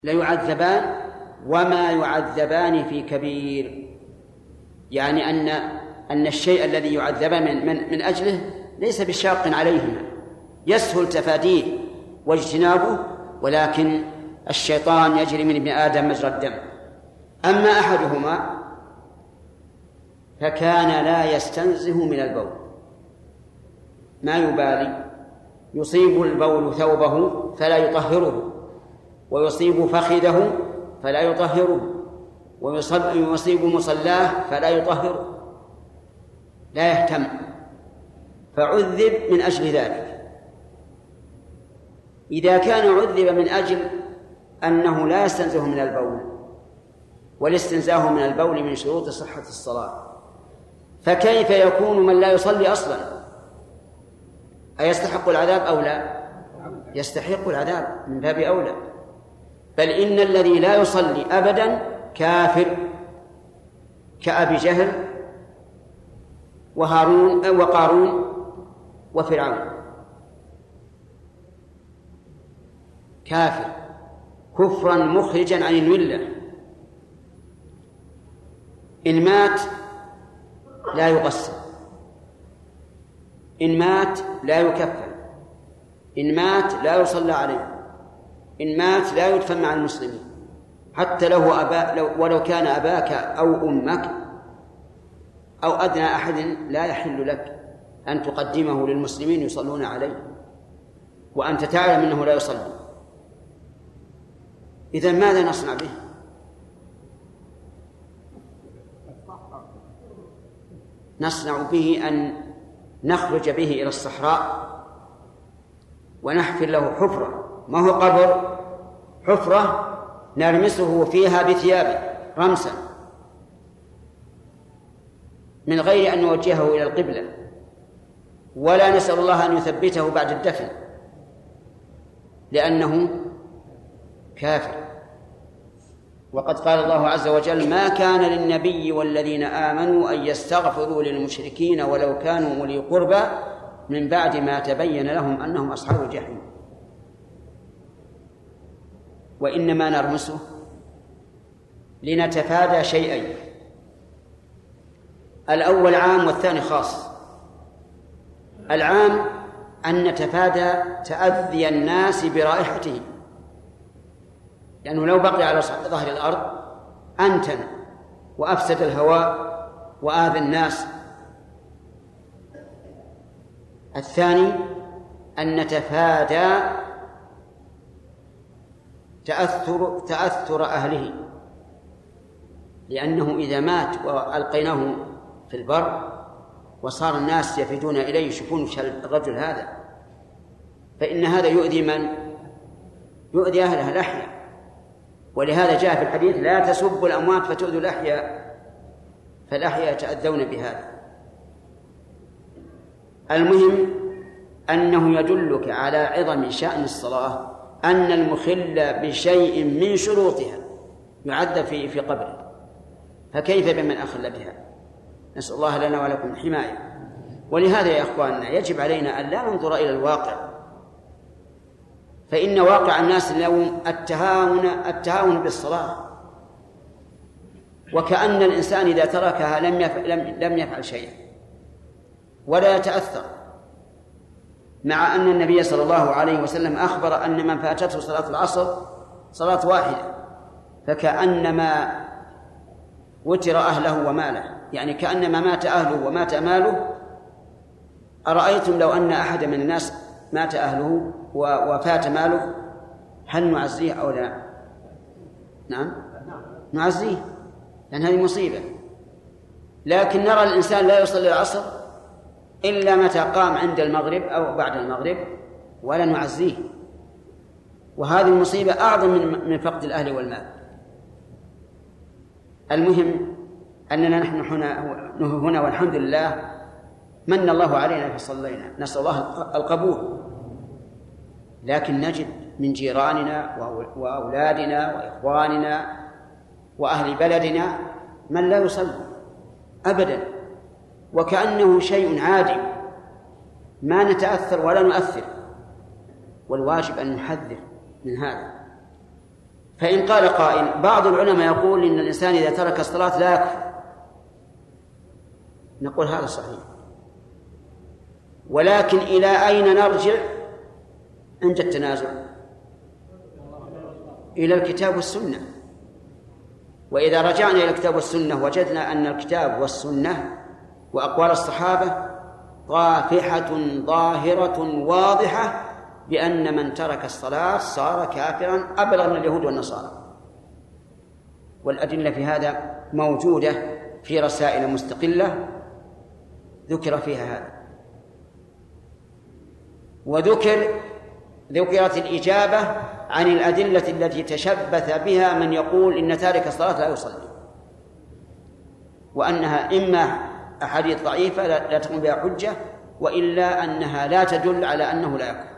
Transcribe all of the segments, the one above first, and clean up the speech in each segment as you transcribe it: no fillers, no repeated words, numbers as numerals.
ليعذبان وما يعذبان في كبير، يعني أن الشيء الذي يعذبان من أجله ليس بشاق عليهما، يسهل تفاديه واجتنابه، ولكن الشيطان يجري من ابن آدم مجرى الدم. أما أحدهما فكان لا يستنزه من البول، ما يبالي، يصيب البول ثوبه فلا يطهره، ويصيب فخذه فلا يطهره، ويصيب مصلاه فلا يطهره، لا يهتم، فعذب من أجل ذلك. إذا كان عذب من أجل أنه لا يستنزه من البول، والاستنزاه من البول من شروط صحة الصلاة، فكيف يكون من لا يصلي أصلا؟ أيستحق العذاب أو لا؟ يستحق العذاب من باب أولى، بل إن الذي لا يصلي أبدا كافر، كأبي جهل وقارون وفرعون، كافر كفرا مخرجا عن الملة. إن مات لا يغسل، إن مات لا يكفن، إن مات لا يصلى عليه، إن مات لا يدفن مع المسلمين، حتى ولو كان أباك أو أمك أو أدنى أحد لا يحل لك أن تقدمه للمسلمين يصلون عليه وأنت تعلم أنه لا يصلي. إذن ماذا نصنع به؟ نصنع به أن نخرج به إلى الصحراء ونحفر له حفرة، ما هو قبر، حفرة نرمسه فيها بثيابه رمسا من غير أن نوجهه إلى القبلة، ولا نسأل الله أن يثبته بعد الدفن لأنه كافر. وقد قال الله عز وجل: ما كان للنبي والذين آمنوا أن يستغفروا للمشركين ولو كانوا أولي قربى من بعد ما تبين لهم أنهم أصحاب الجحيم. وإنما نرمسه لنتفادى شيئين، الأول عام والثاني خاص. العام أن نتفادى تأذي الناس برائحته، لأنه لو بقي على ظهر الأرض أنتن وأفسد الهواء وآذى الناس. الثاني أن نتفادى تأثر أهله، لأنه إذا مات وألقيناه في البر وصار الناس يفدون إليه يشوفون الرجل هذا، فإن هذا يؤذي من؟ يؤذي أهلها الأحياء. ولهذا جاء في الحديث: لا تسبوا الأموات فتؤذوا الأحياء، فالأحياء يتأذون بهذا. المهم أنه يدلك على عظم شأن الصلاة أن المخل بشيء من شروطها يعذب في قبره، فكيف بمن أخل بها؟ نسأل الله لنا ولكم الحماية. ولهذا يا أخواننا يجب علينا أن لا ننظر إلى الواقع، فإن واقع الناس اليوم التهاون بالصلاة، وكأن الإنسان إذا تركها لم يفعل شيئا ولا يتأثر، مع أن النبي صلى الله عليه وسلم أخبر أن من فاتته صلاة العصر صلاة واحدة فكأنما وتر أهله وماله، يعني كأنما مات أهله ومات ماله. أرأيتم لو أن أحد من الناس مات أهله وفات ماله، هل نعزيه أو لا؟ نعم نعزيه، لأن هذه مصيبة. لكن نرى الإنسان لا يصلي العصر إلا متى قام عند المغرب أو بعد المغرب ولا نعزيه، وهذه المصيبة أعظم من فقد الأهل والمال. المهم أننا نحن هنا والحمد لله من الله علينا فصلينا، نسأل الله القبول، لكن نجد من جيراننا وأولادنا وإخواننا وأهل بلدنا من لا يصلي أبدا، وكأنه شيء عادي، ما نتأثر ولا نؤثر. والواجب أن نحذر من هذا. فإن قال قائل بعض العلماء يقول إن الإنسان إذا ترك الصلاة لا يكفر، نقول هذا صحيح، ولكن إلى أين نرجع عند التنازع؟ إلى الكتاب والسنة. وإذا رجعنا إلى الكتاب والسنة وجدنا أن الكتاب والسنة وأقوال الصحابة طافحة ظاهرة واضحة بأن من ترك الصلاة صار كافرا أبلغ من اليهود والنصارى، والأدلة في هذا موجودة في رسائل مستقلة ذكر فيها هذا، ذكرت الإجابة عن الأدلة التي تشبث بها من يقول إن تارك الصلاة لا يصلي، وأنها إما أحاديث ضعيفة لا تقوم بها حجة، وإلا أنها لا تدل على أنه لا يكفر.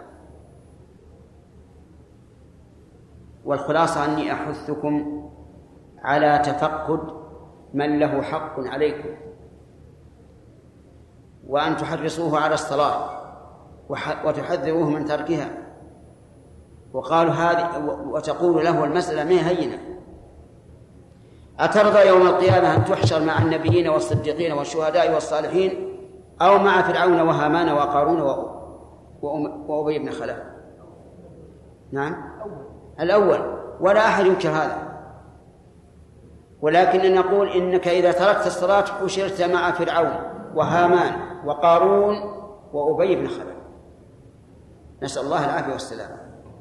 والخلاصة أني أحثكم على تفقد من له حق عليكم، وأن تحرصوه على الصلاة وتحذروه من تركها. وقالوا هذه وتقول له المسألة ما هينة، أترضى يوم القيامة أن تحشر مع النبيين والصديقين والشهداء والصالحين أو مع فرعون وهامان وقارون وأبي بن خلف؟ نعم الأول، ولا أحد ينكر هذا، ولكن نقول إنك إذا تركت الصلاة حشرت مع فرعون وهامان وقارون وأبي بن خلف، نسأل الله العافية والسلام.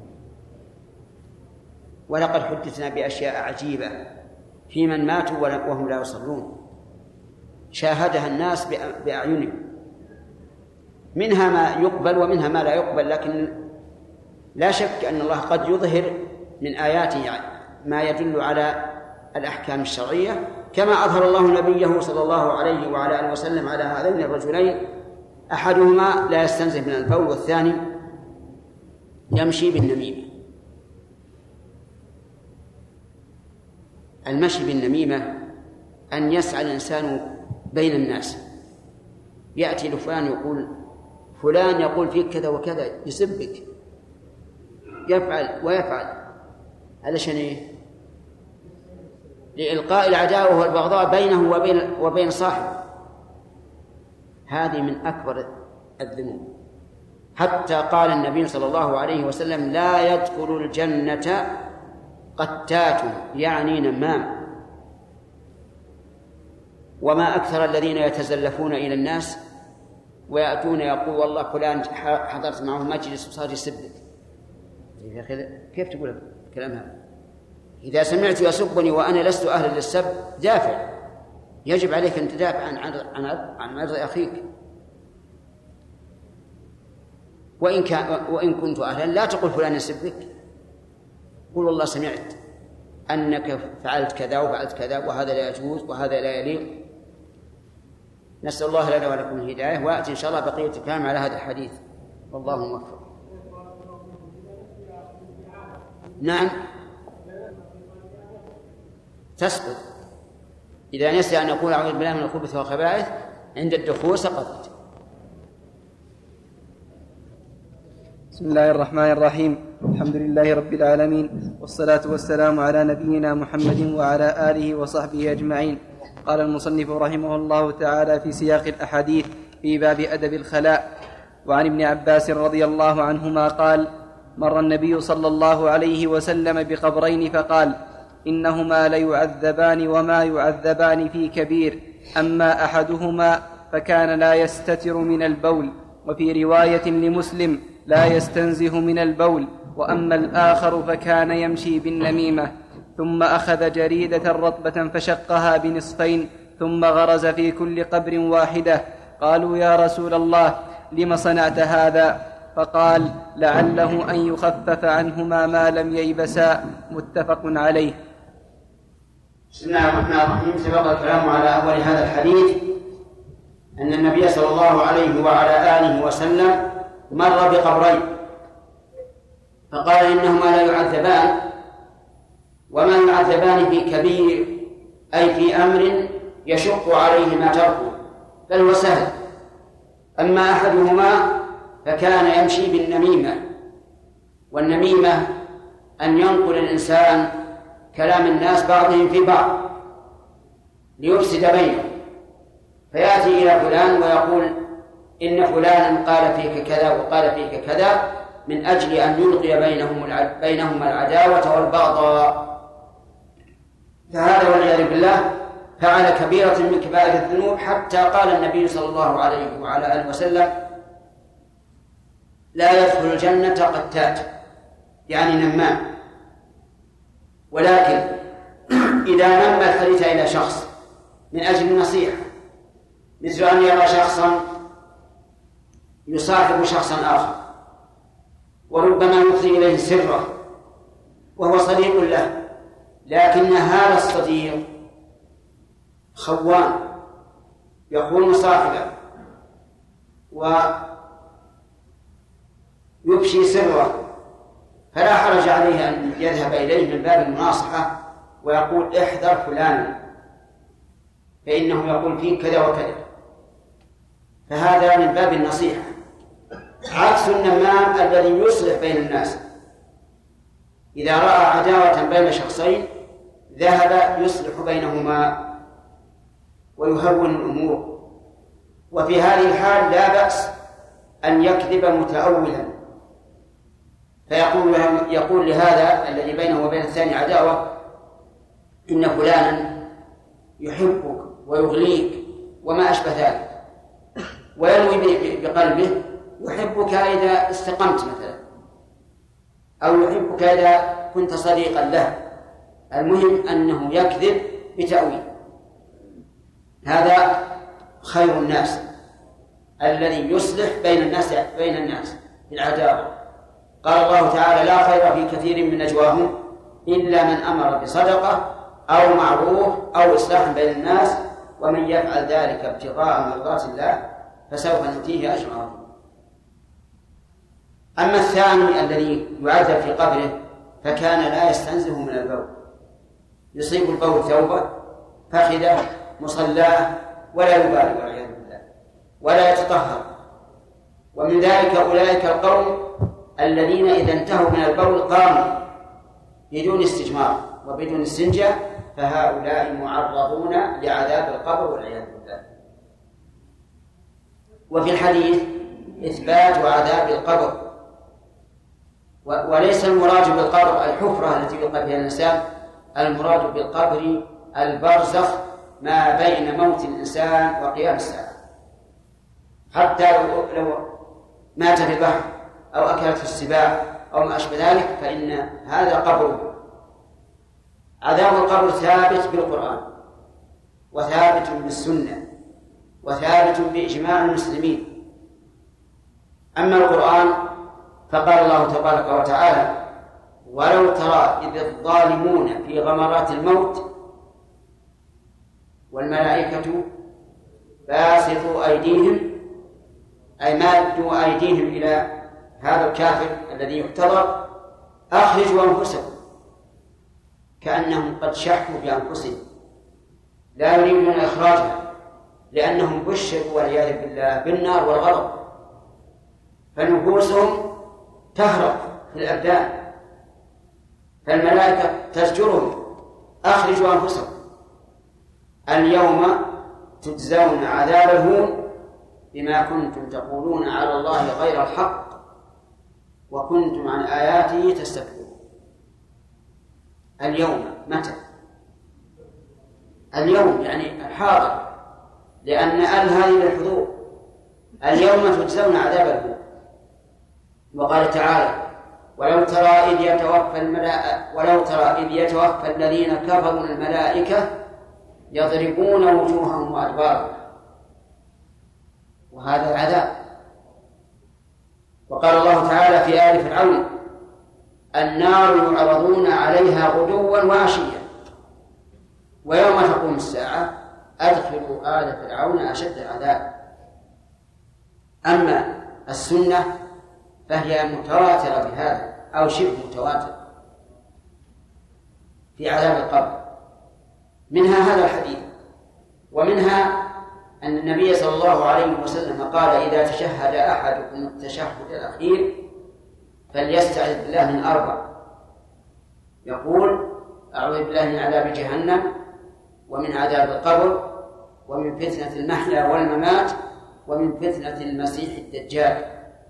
ولقد حدثنا بأشياء عجيبة في من ماتوا وهم لا يصلون، شاهدها الناس بأعينهم، منها ما يقبل ومنها ما لا يقبل، لكن لا شك أن الله قد يظهر من آياته ما يدل على الأحكام الشرعية، كما أظهر الله نبيه صلى الله عليه وعلى آله وسلم على هذين الرجلين، أحدهما لا يستنزه من البول والثاني يمشي بالنميمة. المشي بالنميمة أن يسعى الإنسان بين الناس، يأتي لفلان يقول فلان يقول فيك كذا وكذا، يسبك، يفعل ويفعل، هذا شنو؟ لإلقاء العداوة والبغضاء بينه وبين صاحبه. هذه من أكبر الذنوب، حتى قال النبي صلى الله عليه وسلم لا يدخل الجنة قتات، يعني نمام. وما أكثر الذين يتزلفون إلى الناس ويأتون يقول والله فلان حضرت معه مجلس وصار يسبك، كيف تقول الكلام هذا؟ إذا سمعت يسبني وأنا لست أهلا للسب دافع، يجب عليك أن تدافع عن عرض أخيك، وإن كنت أهلا لا تقول فلان يسبك، قل والله سمعت أنك فعلت كذا وفعلت كذا وهذا لا يجوز وهذا لا يليق. نسأل الله لنا ولكم الهداية، وأتي إن شاء الله بقية الكلام على هذا الحديث، والله موفق. نعم تسقط، إذا نسي أن يقول أعوذ بالله من الخبث والخبائث عند الدخول سقطت. بسم الله الرحمن الرحيم، الحمد لله رب العالمين، والصلاة والسلام على نبينا محمد وعلى آله وصحبه أجمعين. قال المصنف رحمه الله تعالى في سياق الأحاديث في باب أدب الخلاء: وعن ابن عباس رضي الله عنهما قال: مر النبي صلى الله عليه وسلم بقبرين فقال: إنهما ليعذبان وما يعذبان في كبير، أما أحدهما فكان لا يستتر من البول، وفي رواية لمسلم لا يستنزه من البول، وأما الآخر فكان يمشي بالنميمة. ثم أخذ جريدة رطبة فشقها بنصفين، ثم غرز في كل قبر واحدة. قالوا: يا رسول الله، لم صنعت هذا؟ فقال: لعله أن يخفف عنهما ما لم ييبسا. متفق عليه. بسم الله الرحمن الرحيم. سبق الكلام على أول هذا الحديث أن النبي صلى الله عليه وعلى آله وسلم مر بقبرين فقال: إنهما لا يعذبان وما يعذبان في كبير، أي في أمر يشق عليهما تركه، بل هو سهل. أما أحدهما فكان يمشي بالنميمة، والنميمة أن ينقل الإنسان كلام الناس بعضهم في بعض ليفسد بينهم، فيأتي إلى فلان ويقول إن فلانا قال فيك كذا وقال فيك كذا من أجل أن يلقي بينهما العداوة والبغضاء. فهذا والعياذ بالله فعل كبيرة من كبائر الذنوب، حتى قال النبي صلى الله عليه وعلى آله وسلم: لا يدخل الجنة قتات، يعني نمام. ولكن إذا نمى الحديث إلى شخص من أجل النصيحة، مثل أن يرى شخصا يصاحب شخصا آخر وربما يفضي إليه سره وهو صديق له، لكن هذا الصديق خوان يخون صاحبه ويفشي سره، فلا حرج عليه أن يذهب إليه من باب المناصحة ويقول: احذر فلانا فإنه يقول فيك كذا وكذا. فهذا من باب النصيحة، عكس النمام الذي يصلح بين الناس. إذا رأى عداوة بين شخصين ذهب يصلح بينهما ويهون الأمور، وفي هذه الحال لا بأس أن يكذب متأولا، فيقول لهذا الذي بينه وبين الثاني عداوة: إن فلانا يحبك ويغليك وما أشبه ذلك، وينوي بقلبه يحبك إذا استقمت مثلا، أو يحبك إذا كنت صديقا له. المهم أنه يكذب بتأويل. هذا خير الناس الذي يصلح بين الناس في العداوة. قال الله تعالى: لا خير في كثير من نجواهم إلا من أمر بصدقة أو معروف أو إصلاح بين الناس ومن يفعل ذلك ابتغاء مرضات الله فسوف نؤتيه أجرا عظيما. أما الثاني الذي يعذب في قبره فكان لا يستنزه من البول، يصيب البول ثوبه، فخذه، مصلاه، ولا يبالي والعياذ بالله، ولا يتطهر. ومن ذلك أولئك القوم الذين إذا انتهوا من البول قاموا بدون استجمار وبدون استنجاء، فهؤلاء معرضون لعذاب القبر والعياذ بالله. وفي الحديث إثبات عذاب القبر، وليس المراد بالقبر الحفرة التي يلقى فيها الإنسان، المراد بالقبر البرزخ ما بين موت الإنسان وقيام الساعة. حتى لو مات في البحر أو أكلته السباع أو ما أشبه ذلك فإن هذا قبره. عذاب القبر ثابت بالقرآن وثابت بالسنة وثابت بإجماع المسلمين. أما القرآن فقال الله تبارك وتعالى: ولو ترى إذ الظالمون في غمرات الموت والملائكة باسطوا أيديهم، أي مادوا أيديهم إلى هذا الكافر الذي يحتضر: أخرجوا أنفسكم، كأنهم قد شحوا بأنفسهم لا يريدون إخراجها، لأنهم بشروا والعياذ بالله بالنار والغضب، فنفوسهم تهرب في الأبدان، فالملائكة تزجرهم: أخرجوا أنفسكم اليوم تجزون عذاب الهون بما كنتم تقولون على الله غير الحق وكنتم عن آياته تستكبرون. اليوم متى؟ اليوم يعني الحاضر، لأن هذه للحضور. اليوم تجزون عذاب الهون. وقال تعالى: ولو ترى إذ يتوفى الذين كفروا الملائكة يضربون وجوههم وأدبارهم، وهذا العذاب. وقال الله تعالى في آل فرعون: النار يعرضون عليها غدوا وعشيا ويوم تقوم الساعة أدخلوا آل فرعون أشد العذاب. أما السنة فهي متواترة بهذا أو شبه متواتر في عذاب القبر. منها هذا الحديث، ومنها أن النبي صلى الله عليه وسلم قال: إذا تشهد أحدكم التشهد الأخير فليستعذ بالله من 4، يقول: أعوذ بالله من عذاب جهنم ومن عذاب القبر ومن فتنة المحيا والممات ومن فتنة المسيح الدجال.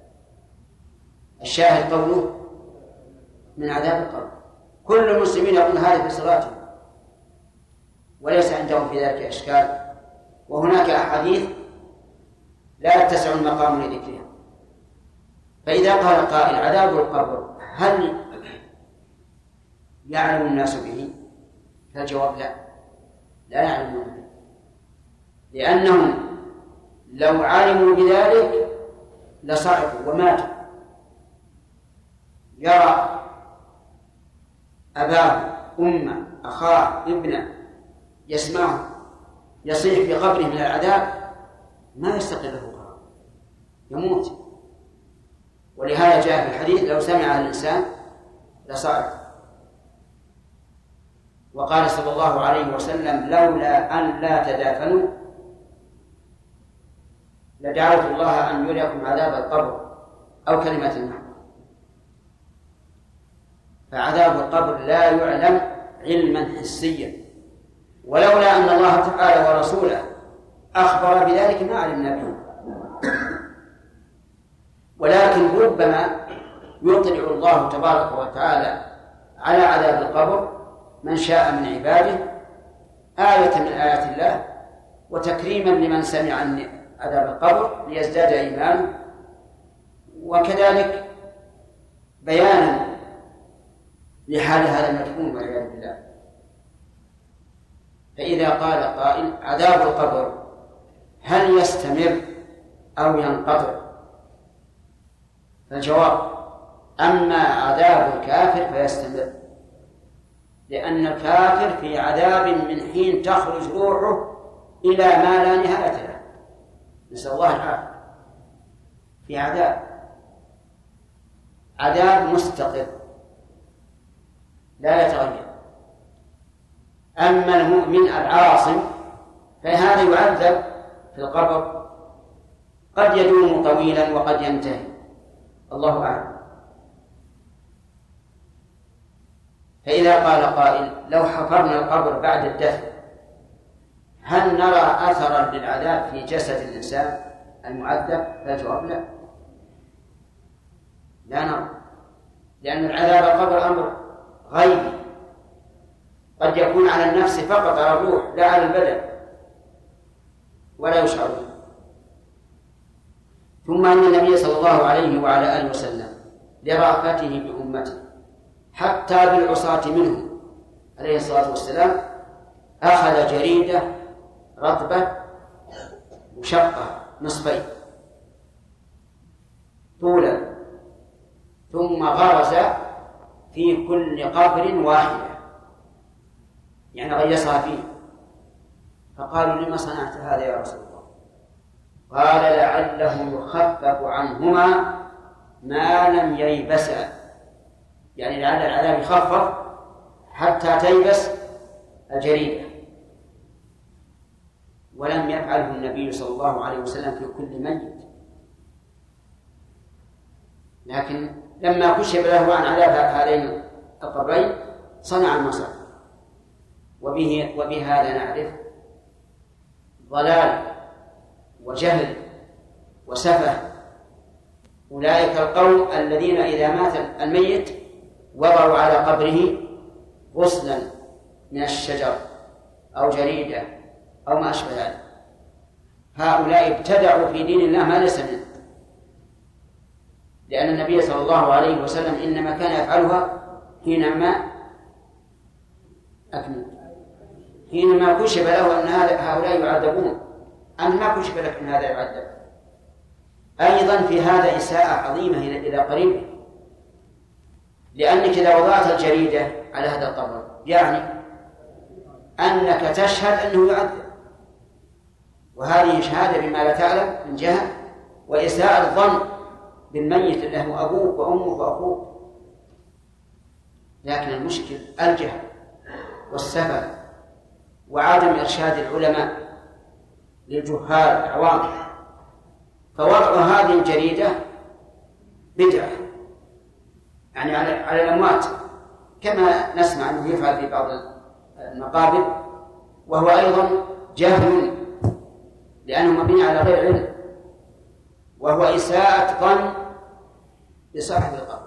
الشاهد قوله من عذاب القبر. كل المسلمين يقول هذا في صلاتهم وليس عندهم في ذلك إشكال، وهناك أحاديث لا يتسع المقام لذكرها. فإذا قال قائل عذاب القبر هل يعلم الناس به؟ فالجواب لا يعلمون به، لأنهم لو علموا بذلك لصعقوا وماتوا. يرى أباه أمه أخاه ابنه يسمعه يصيح في قبره من العذاب ما يستقله قرار، يموت. ولهذا جاء في الحديث لو سمع الإنسان لصعق. وقال صلى الله عليه وسلم لولا أن لا تدافنوا لدعوت الله أن يريكم عذاب القبر أو كلمة المحر. فعذاب القبر لا يعلم علما حسيا، ولولا أن الله تعالى ورسوله أخبر بذلك ما علمنا به. ولكن ربما يطلع الله تبارك وتعالى على عذاب القبر من شاء من عباده آية من آيات الله، وتكريما لمن سمع عن عذاب القبر ليزداد إيمانه، وكذلك بيانا لحال هذا المدفون والعياذ بالله. فإذا قال قائل عذاب القبر هل يستمر أو ينقطع؟ فالجواب أما عذاب الكافر فيستمر، لأن الكافر في عذاب من حين تخرج روحه إلى ما لا نهاية له، نسأل الله العافية. في عذاب مستقر لا يتغير. أما المؤمن العاصم فهذا يعذب في القبر، قد يدوم طويلا وقد ينتهي، الله أعلم. فإذا قال قائل لو حفرنا القبر بعد الدفن هل نرى أثرا للعذاب في جسد الإنسان المعذب؟ فالجواب لا نرى، لأن العذاب القبر أمر غيبي، قد يكون على النفس فقط، على الروح لا على البدن، ولا يشعر به. ثم أن النبي صلى الله عليه وعلى آله وسلم لرأفته بأمته حتى بالعصاة منهم عليه الصلاة والسلام أخذ جريدة رطبة مشقة نصفين طولا ثم غرز في كل قبر واحدة، يعني غيصها فيه. فقالوا لما صنعت هذا يا رسول الله؟ قال لعله يخفف عنهما ما لم ييبسا، يعني لعل العذاب يخفف حتى تيبس الجريدة. ولم يفعله النبي صلى الله عليه وسلم في كل ميت، لكن لما كشف له عن عذاب هذين القبرين صنع المصنع. وبهذا نعرف ضلال وجهل وسفه أولئك القوم الذين إذا مات الميت وضعوا على قبره غصنا من الشجر أو جريدة أو ما أشبه ذلك. هؤلاء ابتدعوا في دين الله ما ليس منه، لأن النبي صلى الله عليه وسلم إنما كان يفعلها حينما كشف له أن هؤلاء يعذبون. أن ما كشف لك أن هذا يعذب. أيضا في هذا إساءة عظيمة إلى قريبه، لأنك إذا وضعت الجريدة على هذا القبر يعني أنك تشهد أنه يعذب، وهذه شهادة بما لا تعلم من جهة، وإساءة الظن بالميت له أبوك وأمك وأخوك. لكن المشكل الجهل والسفه وعدم إرشاد العلماء للجهال العوام. فوضع هذه الجريدة بدعة، يعني على الأموات كما نسمع أنه يفعل في بعض المقابر، وهو أيضا جهل لأنه مبني على غير علم، وهو إساءة ظن بصاحب القبر.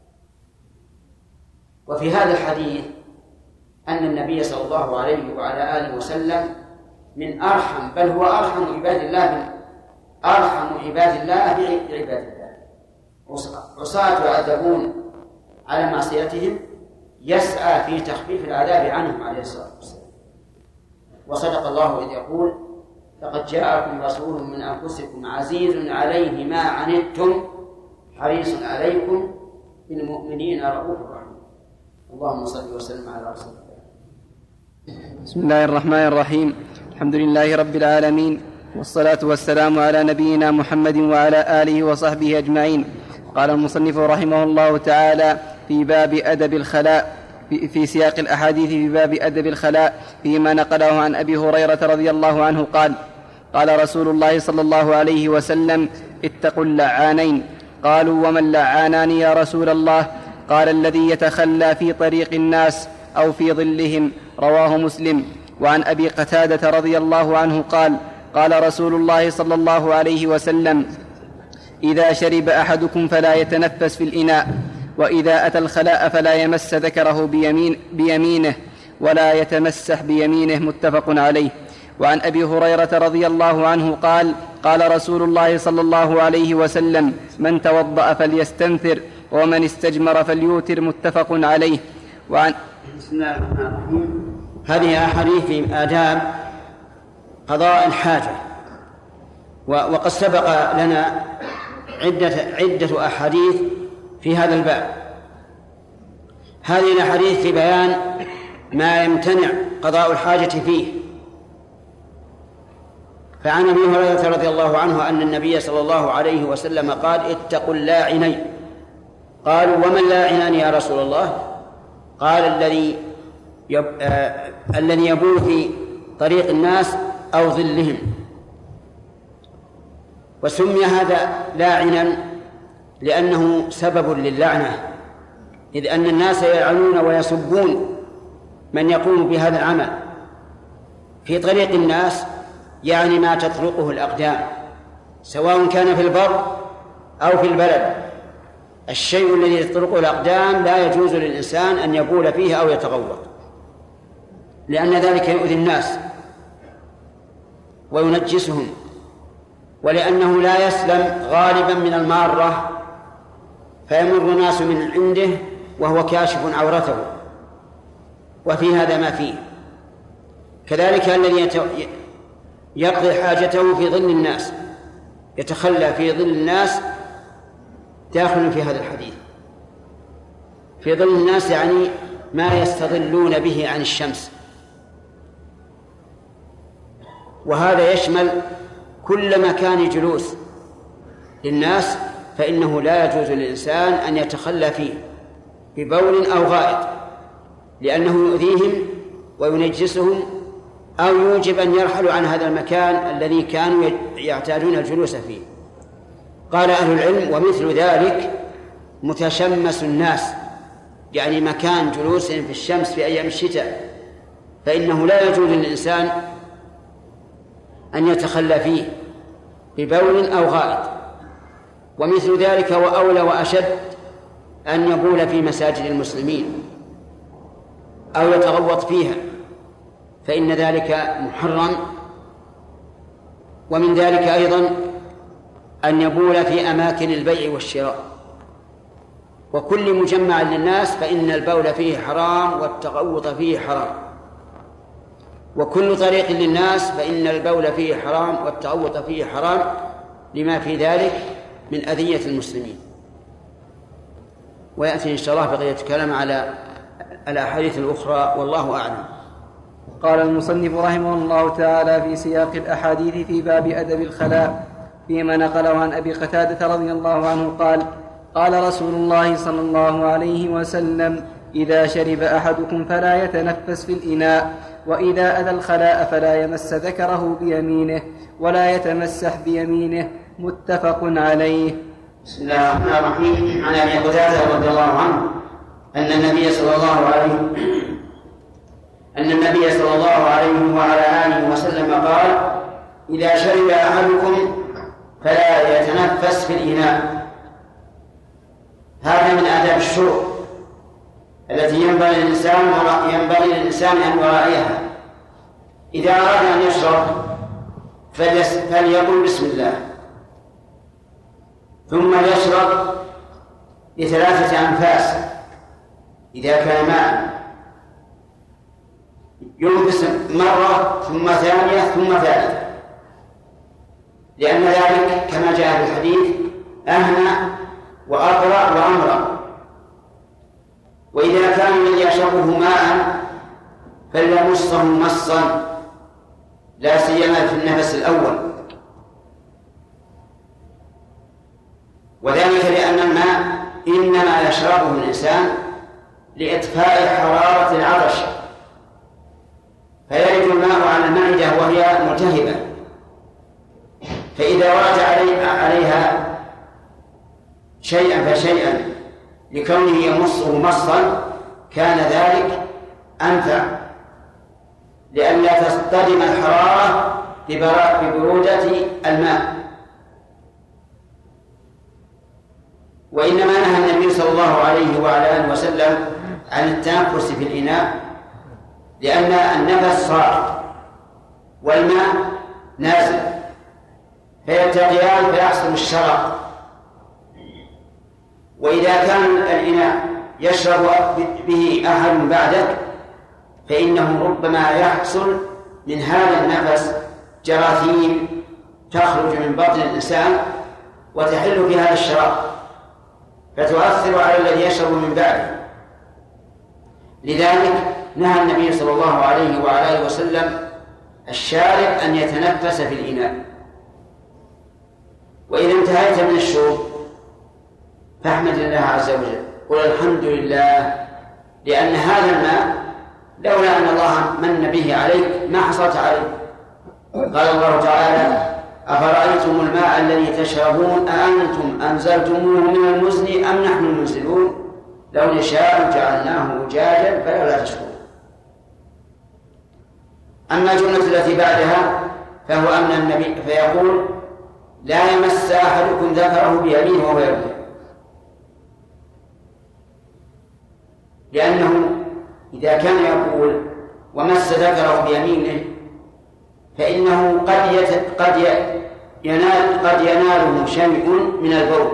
وفي هذا الحديث أن النبي صلى الله عليه وعلى آله وسلم من أرحم، بل هو أرحم عباد الله بعباد الله. عصاة يعذبون على معصيتهم يسعى في تخفيف العذاب عنهم عليه الصلاة والسلام. وصدق الله إذ يقول: لقد جاءكم رسول من أنفسكم عزيز عليه ما عنتم حريص عليكم بالمؤمنين رؤوف رحيم. اللهم صل وسلم على رسول الله. بسم الله الرحمن الرحيم. الحمد لله رب العالمين، والصلاة والسلام على نبينا محمد وعلى آله وصحبه أجمعين. قال المصنف رحمه الله تعالى في باب أدب الخلاء، في سياق الأحاديث في باب أدب الخلاء، فيما نقله عن أبي هريرة رضي الله عنه قال: قال رسول الله صلى الله عليه وسلم: اتقوا اللعانين. قالوا: وما اللعانان يا رسول الله؟ قال: الذي يتخلى في طريق الناس أو في ظلهم. رواه مسلم. وعن أبي قتادة رضي الله عنه قال: قال رسول الله صلى الله عليه وسلم: إذا شرب أحدكم فلا يتنفس في الإناء، وإذا أتى الخلاء فلا يمس ذكره بيمينه ولا يتمسح بيمينه. متفق عليه. وعن أبي هريرة رضي الله عنه قال: قال رسول الله صلى الله عليه وسلم: من توضأ فليستنثر، ومن استجمر فليوتر. متفق عليه. بسم الله الرحمن الرحيم. هذه أحاديث في آداب قضاء الحاجة، وقد سبق لنا عدة أحاديث في هذا الباب. هذه الأحاديث في بيان ما يمتنع قضاء الحاجة فيه. فعن أبي هريرة رضي الله عنه أن النبي صلى الله عليه وسلم قال: اتقوا اللاعنين. قالوا: وما اللاعنان يا رسول الله؟ قال: الذي يبول في طريق الناس أو ظلهم. وسمي هذا لاعنا لأنه سبب للعنة، إذ أن الناس يلعنون ويسبون من يقوم بهذا العمل في طريق الناس، يعني ما تطرقه الأقدام، سواء كان في البر أو في البلد. الشيء الذي تطرقه الأقدام لا يجوز للإنسان أن يبول فيه أو يتغوط، لأن ذلك يؤذي الناس وينجسهم، ولأنه لا يسلم غالبا من المارة، فيمر الناس من عنده وهو كاشف عورته، وفي هذا ما فيه. كذلك الذي يقضي حاجته في ظل الناس، يتخلى في ظل الناس، داخل في هذا الحديث. في ظل الناس يعني ما يستظلون به عن الشمس، وهذا يشمل كل مكان جلوس للناس، فإنه لا يجوز للإنسان أن يتخلى فيه ببول أو غائط، لأنه يؤذيهم وينجسهم، أو يوجب أن يرحلوا عن هذا المكان الذي كانوا يعتادون الجلوس فيه. قال أهل العلم: ومثل ذلك متشمس الناس، يعني مكان جلوسهم في الشمس في أيام الشتاء، فإنه لا يجوز للإنسان أن يتخلى فيه ببول أو غائط. ومثل ذلك وأولى وأشد أن يبول في مساجد المسلمين أو يتغوط فيها، فإن ذلك محرم. ومن ذلك أيضا أن يبول في أماكن البيع والشراء، وكل مجمع للناس فإن البول فيه حرام والتغوط فيه حرام، وكل طريق للناس فإن البول فيه حرام والتغوط فيه حرام، لما في ذلك من أذية المسلمين. ويأتي إن شاء الله بقية الكلام على الأحاديث الأخرى، والله أعلم. قال المصنف رحمه الله تعالى في سياق الأحاديث في باب أدب الخلاء، فيما نقله عن أبي قتادة رضي الله عنه قال: قال رسول الله صلى الله عليه وسلم: إذا شرب أحدكم فلا يتنفس في الإناء، وإذا أتى الخلاء فلا يمس ذكره بيمينه ولا يتمسح بيمينه. متفق عليه. بسم الله الرحمن الرحيم. عن أبي قتادة رضي الله عنه أن النبي صلى الله عليه وعلى آله وسلم قال: إذا شرب أحدكم فلا يتنفس في الإناء. هذا من آداب الشرب التي ينبغي للإنسان أن يراعيها. إذا أراد أن يشرب فليقل بسم الله، ثم يشرب ب3 أنفاس. إذا كان ماء ينفس مرة ثم ثانية ثم ثالثة، لأن ذلك كما جاء في الحديث أهنى وأقرأ وأمرأ. وإذا كان الذي يشربه ماء فليمصه مصا، لا سيما في النفس الأول، وذلك لأن الماء إنما يشربه الإنسان لإطفاء حرارة العطش، فيرد الماء على المعدة وهي ملتهبة، فإذا ورد عليها شيئا فشيئا لكونه يمصه مصا كان ذلك أنفع، لئلا تصطدم الحرارة ببرودة الماء. وإنما نهى النبي صلى الله عليه وعلى آله وسلم عن التنفس في الإناء، لأن النفس صاعد والماء نازل فيلتقيان فيحصل الشرق. وإذا كان الإناء يشرب به أحد بعدك فإنه ربما يحصل من هذا النفس جراثيم تخرج من بطن الإنسان وتحل في هذا الشراب فتؤثر على الذي يشرب من بعده. لذلك نهى النبي صلى الله عليه وعلى آله وسلم الشارب أن يتنفس في الإناء. وإذا انتهيت من الشرب فاحمد الله عز وجل، قل الحمد لله، لأن هذا الماء لولا أن الله من به عليك ما حصلت عليه. قال الله تعالى: أفرأيتم الماء الذي تشربون أأنتم أنزلتموه من المزن أم نحن المنزلون لو نشاء جعلناه أجاجا فلولا تشكرون. أما الجملة التي بعدها فهو أن النبي فيقول: لا يمس أحدكم ذكره بيمينه وهو يبول، لأنه إذا كان يقول ومس ذكره بيمينه فإنه قد يناله شيء من البول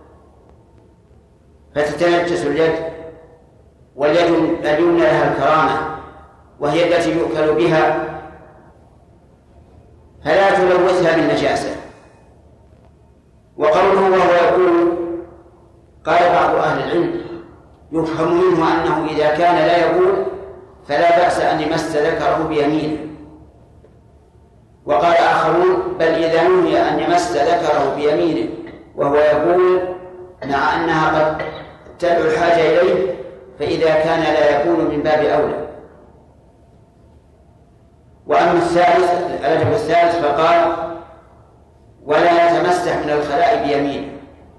فتتنجس اليد، واليد اليمنى لها الكرامة وهي التي يؤكل بها، فلا تلوثها بالنجاسة. وقوله وهو يقول قال بعض أهل العلم يفهم منه أنه إذا كان لا يقول فلا بأس أن يمس ذكره بيمينه. وقال آخرون بل إذا نهي أن يمس ذكره بيمينه وهو يقول مع أنها قد تدعو الحاجة إليه، فإذا كان لا يقول من باب أولى. وأما الأدب الثالث فقال ولا يتمسح من الخلاء بيمينه،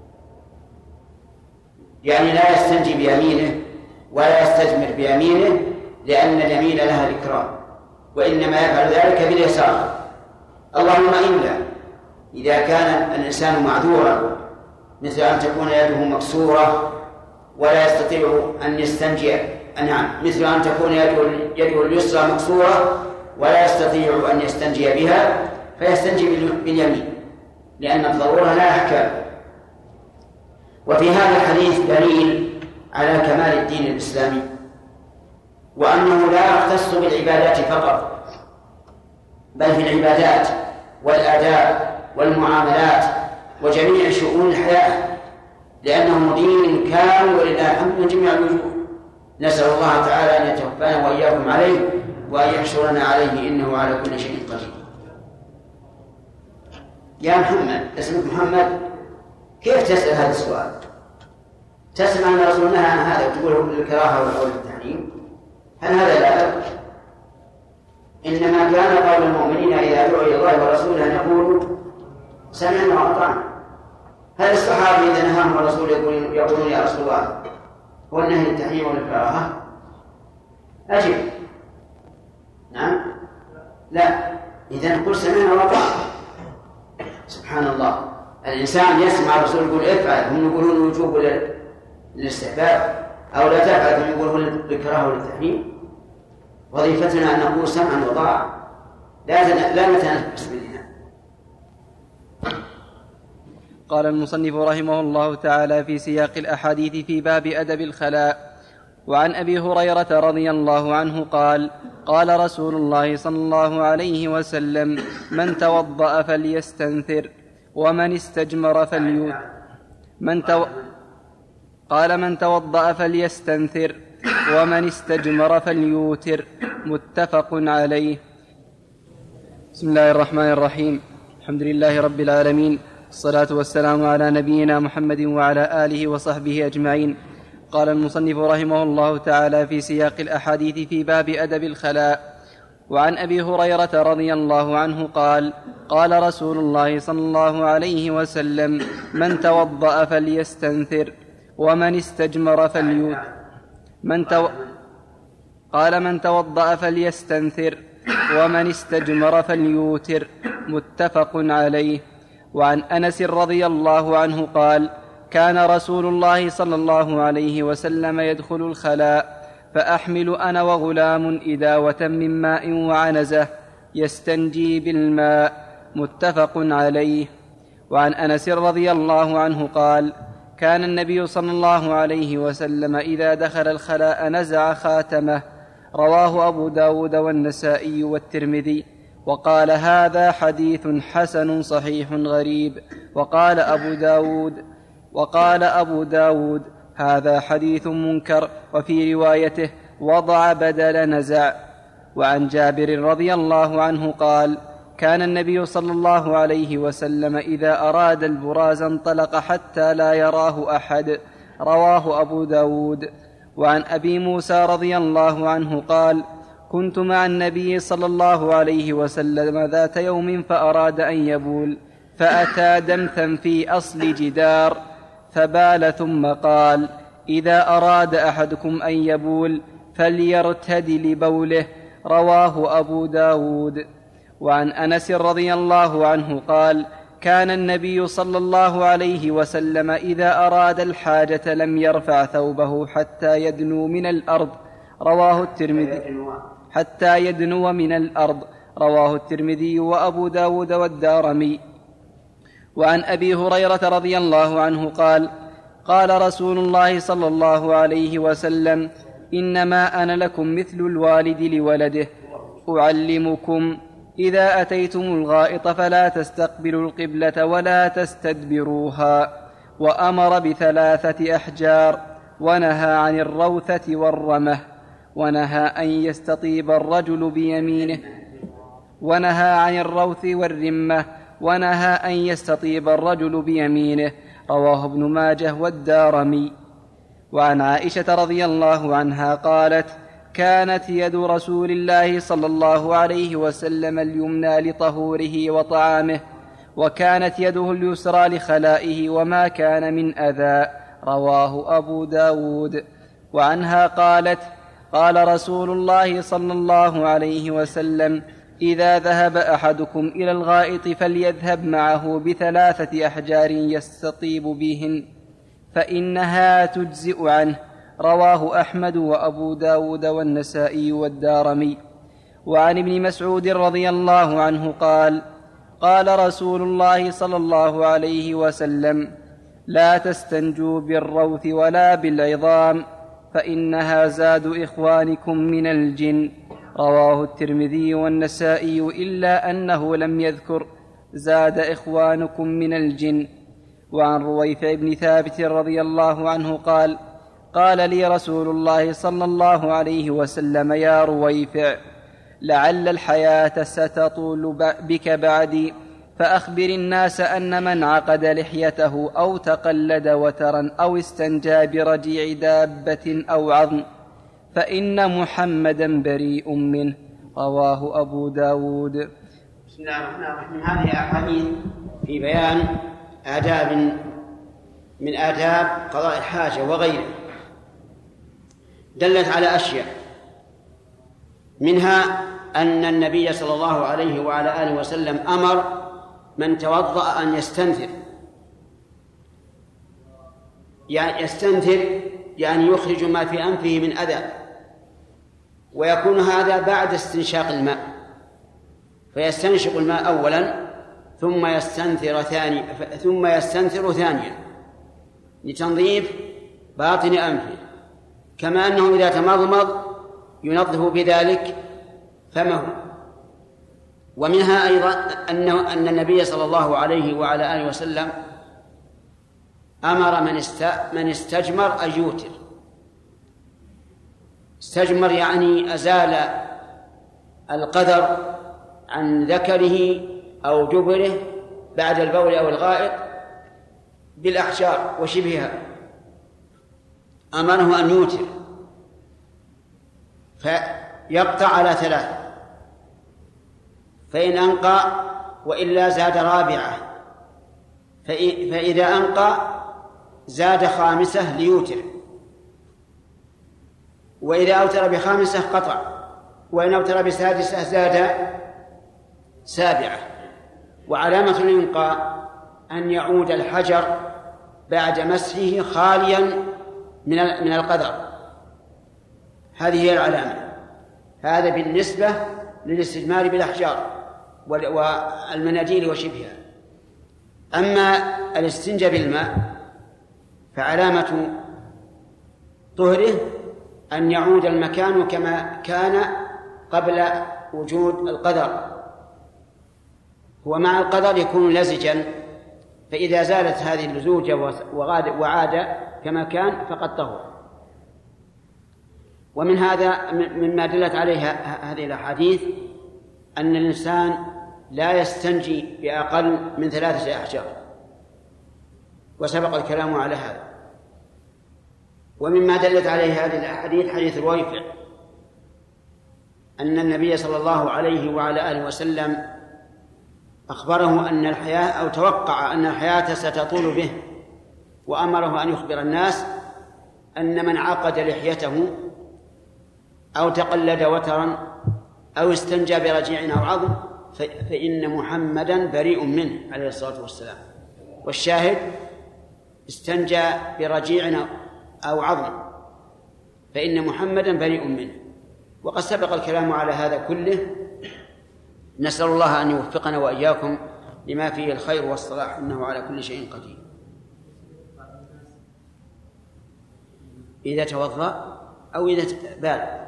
يعني لا يستنجي بيمينه ولا يستجمر بيمينه، لأن اليمين لها الإكرام، وإنما يفعل ذلك باليسار. اللهم إلا إذا كان الإنسان معذورا، مثل أن تكون يده مكسورة ولا يستطيع أن يستنجي، مثل أن تكون يده اليسرى مكسورة ولا يستطيع أن يستنجي بها فيستنجي باليمين، لأن الضرورة لا أحكام. وفي هذا الحديث دليل على كمال الدين الإسلامي، وأنه لا يختص بالعبادات فقط، بل في العبادات والآداب والمعاملات وجميع شؤون الحياة، لأنه دين كامل ولله الحمد من جميع الوجوه. نسأل الله تعالى أن يتوفانا وإياكم عليه وأن يحشرنا عليه إنه على كل شيء قدير. يا محمد، اسمك محمد، كيف تسأل هذا السؤال؟ تسمع أن رسول الله عن هذا وتقول الكراهة والقول التحريم؟ هل هذا لا أدب؟ إنما كان قول المؤمنين إذا دعوا إلى الله ورسوله أن يقولوا سمعنا وأطعنا. هل الصحابة إذا نهاهم الرسول يقولون يا رسول الله هو النهي للتحريم والكراهة؟ أجب. نعم. لا، إذن قل سمعنا وأطعنا. سبحان الله، الإنسان يسمع الرسول يقول افعل، هم يقولون الوجوب للاستحباب، أو لا تفعل هم يقولون للكراهة والتحريم. وظيفتنا أن نقول سمعا وطاعة، لا نتنفس بالله. قال المصنف رحمه الله تعالى في سياق الأحاديث في باب أدب الخلاء: وعن أبي هريرة رضي الله عنه قال: قال رسول الله صلى الله عليه وسلم: من توضأ فليستنثر ومن استجمر قال: من توضأ فليستنثر ومن استجمر فليوتر. متفق عليه. بسم الله الرحمن الرحيم. الحمد لله رب العالمين، الصلاة والسلام على نبينا محمد وعلى آله وصحبه أجمعين. قال المصنف رحمه الله تعالى في سياق الأحاديث في باب أدب الخلاء: وعن أبي هريرة رضي الله عنه قال: قال رسول الله صلى الله عليه وسلم: من توضأ فليستنثر ومن استجمر فليوتر. قال: من توضأ فليستنثر ومن استجمر فليوتر. متفق عليه. وعن أنس رضي الله عنه قال: كان رسول الله صلى الله عليه وسلم يدخل الخلاء فأحمل أنا وغلام إداوة من ماء وعنزة يستنجي بالماء. متفق عليه. وعن أنس رضي الله عنه قال: كان النبي صلى الله عليه وسلم إذا دخل الخلاء نزع خاتمه. رواه أبو داود والنسائي والترمذي. وقال: هذا حديث حسن صحيح غريب. وقال أبو داود: هذا حديث منكر. وفي روايته: وضع بدل نزع. وعن جابر رضي الله عنه قال: كان النبي صلى الله عليه وسلم إذا أراد البراز انطلق حتى لا يراه أحد. رواه أبو داود. وعن أبي موسى رضي الله عنه قال: كنت مع النبي صلى الله عليه وسلم ذات يوم فأراد أن يبول، فأتى دمثا في أصل جدار فبال، ثم قال: إذا أراد أحدكم أن يبول فليرتد لبوله. رواه أبو داود. وعن أنس رضي الله عنه قال: كان النبي صلى الله عليه وسلم إذا أراد الحاجة لم يرفع ثوبه حتى يدنو من الأرض. رواه الترمذي وأبو داود والدارمي. وعن أبي هريرة رضي الله عنه قال: قال رسول الله صلى الله عليه وسلم: إنما أنا لكم مثل الوالد لولده، أعلمكم: إذا أتيتم الغائط فلا تستقبلوا القبلة ولا تستدبروها. وأمر ب3 أحجار، ونهى عن الروثة والرمة، ونهى أن يستطيب الرجل بيمينه، ونهى عن الروث والرمة، ونهى أن يستطيب الرجل بيمينه. رواه ابن ماجه والدارمي. وعن عائشة رضي الله عنها قالت: كانت يد رسول الله صلى الله عليه وسلم اليمنى لطهوره وطعامه، وكانت يده اليسرى لخلائه وما كان من أذى. رواه أبو داود. وعنها قالت: قال رسول الله صلى الله عليه وسلم: إذا ذهب أحدكم إلى الغائط فليذهب معه ب3 أحجار يستطيب بهن، فإنها تجزئ عنه. رواه أحمد وأبو داود والنسائي والدارمي. وعن ابن مسعود رضي الله عنه قال: قال رسول الله صلى الله عليه وسلم: لا تستنجوا بالروث ولا بالعظام، فإنها زاد إخوانكم من الجن. رواه الترمذي والنسائي، إلا أنه لم يذكر زاد إخوانكم من الجن. وعن رويفع بن ثابت رضي الله عنه قال: قال لي رسول الله صلى الله عليه وسلم: يا رويفع، لعل الحياة ستطول بك بعدي، فأخبر الناس أن من عقد لحيته أو تقلد وترا أو استنجى برجيع دابة أو عظم فإن محمدا بريء منه. رواه أبو داود. بسم الله الرحمن الرحيم. هذه أحاديث في بيان آداب من آداب قضاء الحاجة وغيره. دلت على أشياء، منها أن النبي صلى الله عليه وعلى آله وسلم أمر من توضأ أن يستنثر، يعني يستنثر يعني يخرج ما في أنفه من أذى، ويكون هذا بعد استنشاق الماء، فيستنشق الماء أولا ثم يستنثر ثانيا لتنظيف باطن أنفه، كما أنه إذا تمضمض ينظف بذلك فمه. ومنها أيضا أن النبي صلى الله عليه وعلى آله وسلم أمر من استجمر أن يوتر. استجمر يعني أزال القدر عن ذكره أو جبره بعد البول أو الغائط بالأحجار وشبهها، أمره أن يوتر، فيقطع على 3، فإن أنقى وإلا زاد رابعة، فإذا أنقى زاد 5 ليوتر، وإذا أوتر ب5 قطع، وإن أوتر ب6 زاد 7. وعلامة الإنقاء أن يعود الحجر بعد مسحه خاليا من القدر، هذه هي العلامة. هذا بالنسبة للاستجمار بالأحجار والمناديل وشبهها. أما الاستنجاء بالماء فعلامة طهره أن يعود المكان كما كان قبل وجود القدر، هو مع القدر يكون لزجا، فإذا زالت هذه اللزوجة وعاد كما كان فقد طهر. ومن هذا مما دلت عليه هذه الأحاديث أن الإنسان لا يستنجي بأقل من 3 أحجار، وسبق الكلام على هذا. ومما دلت عليه هذه الأحاديث حديث رويفع أن النبي صلى الله عليه وعلى آله وسلم أخبره أن الحياة أو توقع أن الحياة ستطول به، وأمره أن يخبر الناس أن من عقد لحيته أو تقلد وترا أو استنجى برجيع أو عظم فإن محمدا بريء منه عليه الصلاة والسلام. والشاهد استنجى برجيع أو عظم فإن محمدا بريء منه. وقد سبق الكلام على هذا كله، نسأل الله أن يوفقنا وإياكم لما فيه الخير والصلاح، إنه على كل شيء قدير. إذا توضأ أو إذا بال،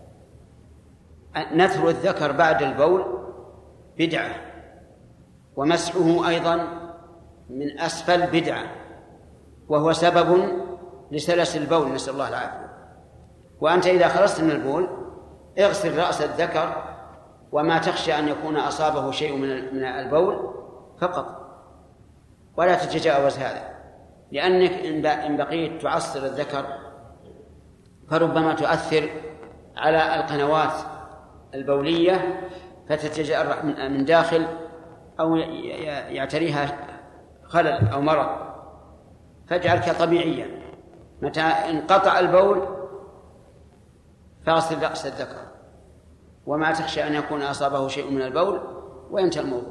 نثر الذكر بعد البول بدعة، ومسحه أيضا من أسفل بدعة، وهو سبب لسلس البول، نسأل الله العافية. وأنت إذا خلصت من البول اغسل رأس الذكر وما تخشى أن يكون أصابه شيء من البول فقط، ولا تتجاوز هذا، لأنك إن بقيت تعصر الذكر فربما تؤثر على القنوات البولية فتتجرح من داخل أو يعتريها خلل أو مرض، فاجعلك طبيعيا. متى انقطع البول فاغسل رأس الذكر وما تخشى أن يكون أصابه شيء من البول، وينتهي الموضوع.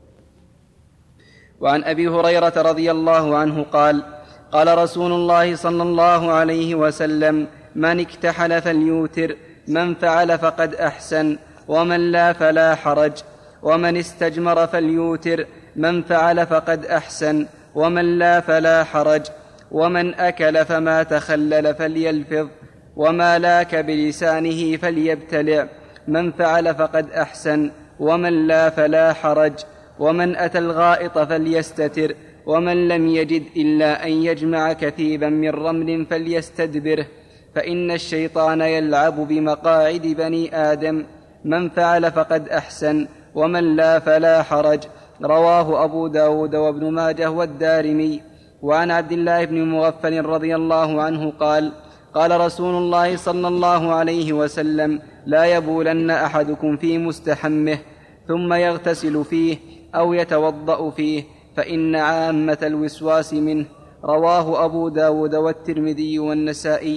وعن أبي هريرة رضي الله عنه قال: قال رسول الله صلى الله عليه وسلم: من اكتحل فليوتر، من فعل فقد أحسن، ومن لا فلا حرج، ومن استجمر فليوتر، من فعل فقد أحسن، ومن لا فلا حرج، ومن أكل فما تخلل فليلفظ، وما لاك بلسانه فليبتلع، من فعل فقد أحسن، ومن لا فلا حرج، ومن أتى الغائط فليستتر، ومن لم يجد إلا أن يجمع كثيبا من رمل فليستدبره، فإن الشيطان يلعب بمقاعد بني آدم، من فعل فقد أحسن، ومن لا فلا حرج. رواه أبو داود وابن ماجه والدارمي. وعن عبد الله بن مغفل رضي الله عنه قال: قال رسول الله صلى الله عليه وسلم: لا يبولن أحدكم في مستحمه ثم يغتسل فيه أو يتوضأ فيه، فإن عامة الوسواس منه. رواه أبو داود والترمذي والنسائي.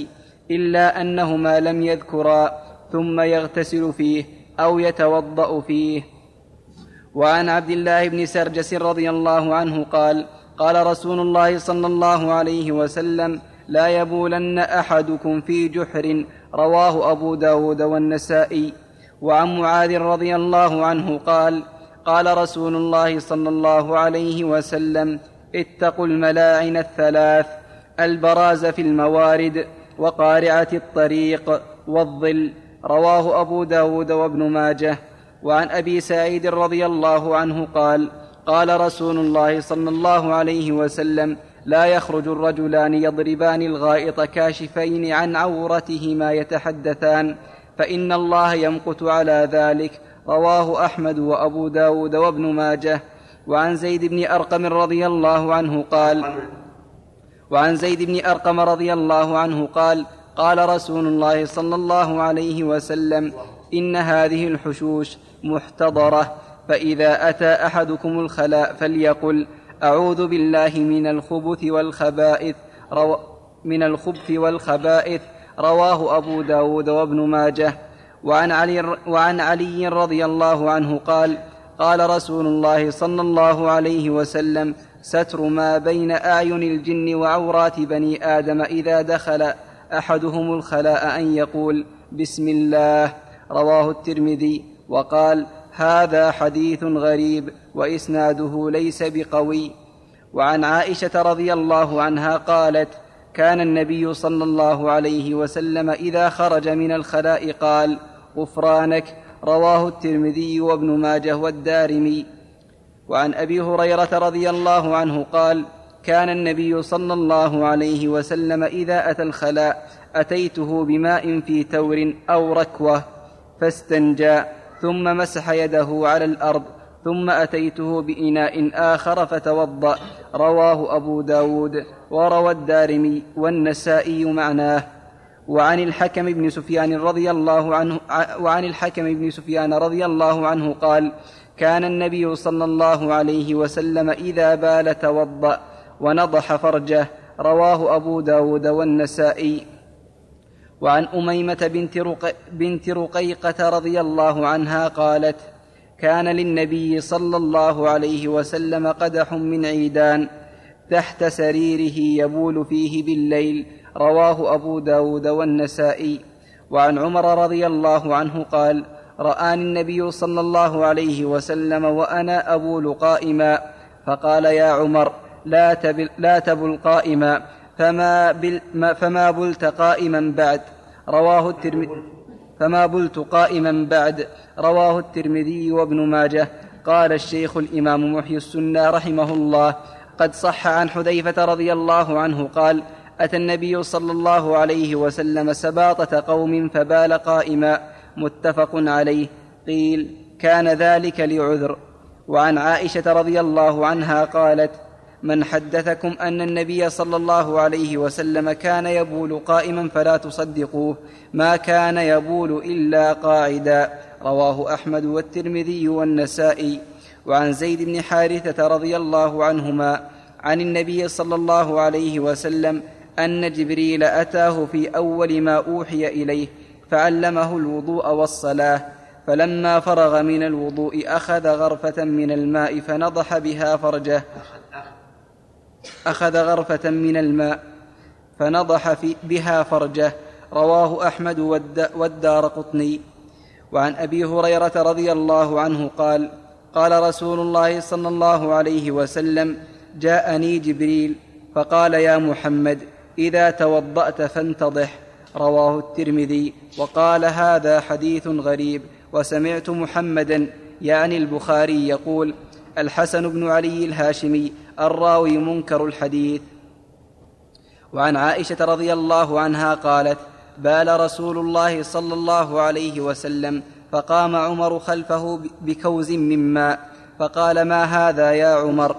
إلا أنهما لم يذكرا ثم يغتسل فيه أو يتوضأ فيه. وعن عبد الله بن سرجس رضي الله عنه قال قال رسول الله صلى الله عليه وسلم لا يبولن أحدكم في جحر، رواه أبو داود والنسائي. وعن معاذ رضي الله عنه قال قال رسول الله صلى الله عليه وسلم اتقوا الملاعن الثلاث: البراز في الموارد، وقارعة الطريق، والظل، رواه أبو داود وابن ماجه. وعن أبي سعيد رضي الله عنه قال قال رسول الله صلى الله عليه وسلم لا يخرج الرجلان يضربان الغائط كاشفين عن عورتهما يتحدثان، فإن الله يمقت على ذلك، رواه أحمد وأبو داود وابن ماجه. وعن زيد بن أرقم رضي الله عنه قال قال رسول الله صلى الله عليه وسلم إن هذه الحشوش محتضرة، فإذا أتى أحدكم الخلاء فليقل أعوذ بالله من الخبث والخبائث، رواه أبو داود وابن ماجه. وعن علي رضي الله عنه قال قال رسول الله صلى الله عليه وسلم ستر ما بين أعين الجن وعورات بني آدم إذا دخل أحدهم الخلاء أن يقول بسم الله، رواه الترمذي. وقال هذا حديث غريب وإسناده ليس بقوي. وعن عائشة رضي الله عنها قالت كان النبي صلى الله عليه وسلم إذا خرج من الخلاء قال غفرانك، رواه الترمذي وابن ماجه والدارمي. وعن أبي هريرة رضي الله عنه قال كان النبي صلى الله عليه وسلم إذا أتى الخلاء أتيته بماء في تور أو ركوة فاستنجى، ثم مسح يده على الأرض، ثم أتيته بإناء آخر فتوضأ، رواه أبو داود وروى الدارمي والنسائي معناه. وعن الحكم بن سفيان رضي الله عنه قال كان النبي صلى الله عليه وسلم إذا بال توضأ ونضح فرجه، رواه أبو داود والنسائي. وعن أميمة بنت رقيقة رضي الله عنها قالت كان للنبي صلى الله عليه وسلم قدح من عيدان تحت سريره يبول فيه بالليل، رواه أبو داود والنسائي. وعن عمر رضي الله عنه قال رآني النبي صلى الله عليه وسلم وأنا أبول قائما، فقال يا عمر لا تبل قائما، فما بلت قائما بعد، رواه الترمذي وابن ماجه. قال الشيخ الإمام محيي السنة رحمه الله قد صح عن حذيفة رضي الله عنه قال أتى النبي صلى الله عليه وسلم سباطة قوم فبال قائما، متفق عليه. قيل كان ذلك لعذر. وعن عائشة رضي الله عنها قالت من حدثكم أن النبي صلى الله عليه وسلم كان يبول قائما فلا تصدقوه، ما كان يبول إلا قاعدا، رواه أحمد والترمذي والنسائي. وعن زيد بن حارثة رضي الله عنهما عن النبي صلى الله عليه وسلم أن جبريل أتاه في أول ما أوحي إليه فعلمه الوضوء والصلاة، فلما فرغ من الوضوء أخذ غرفة من الماء فنضح بها فرجه، بها فرجه، رواه أحمد والدارقطني. وعن أبي هريرة رضي الله عنه قال قال رسول الله صلى الله عليه وسلم جاءني جبريل فقال يا محمد إذا توضأت فانتضح، رواه الترمذي. وقال هذا حديث غريب. وسمعت محمدا يعني البخاري يقول الحسن بن علي الهاشمي الراوي منكر الحديث. وعن عائشة رضي الله عنها قالت بال رسول الله صلى الله عليه وسلم فقام عمر خلفه بكوز من ماء فقال ما هذا يا عمر؟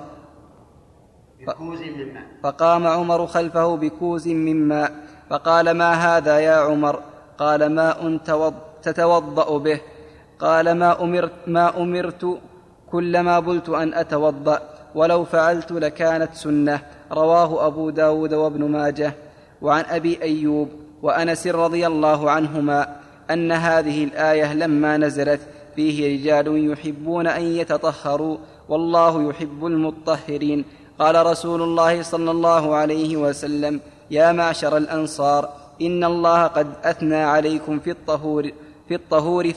فقام عمر خلفه بكوز من ماء فقال ما هذا يا عمر؟ قال ماء تتوضأ به. قال ما أمرت كلما بلت أن أتوضأ، ولو فعلت لكانت سنة، رواه أبو داود وابن ماجه. وعن أبي أيوب وأنس رضي الله عنهما أن هذه الآية لما نزلت فيه رجال يحبون أن يتطهروا والله يحب المطهرين، قال رسول الله صلى الله عليه وسلم: يا معشر الأنصار، إن الله قد أثنى عليكم في الطهور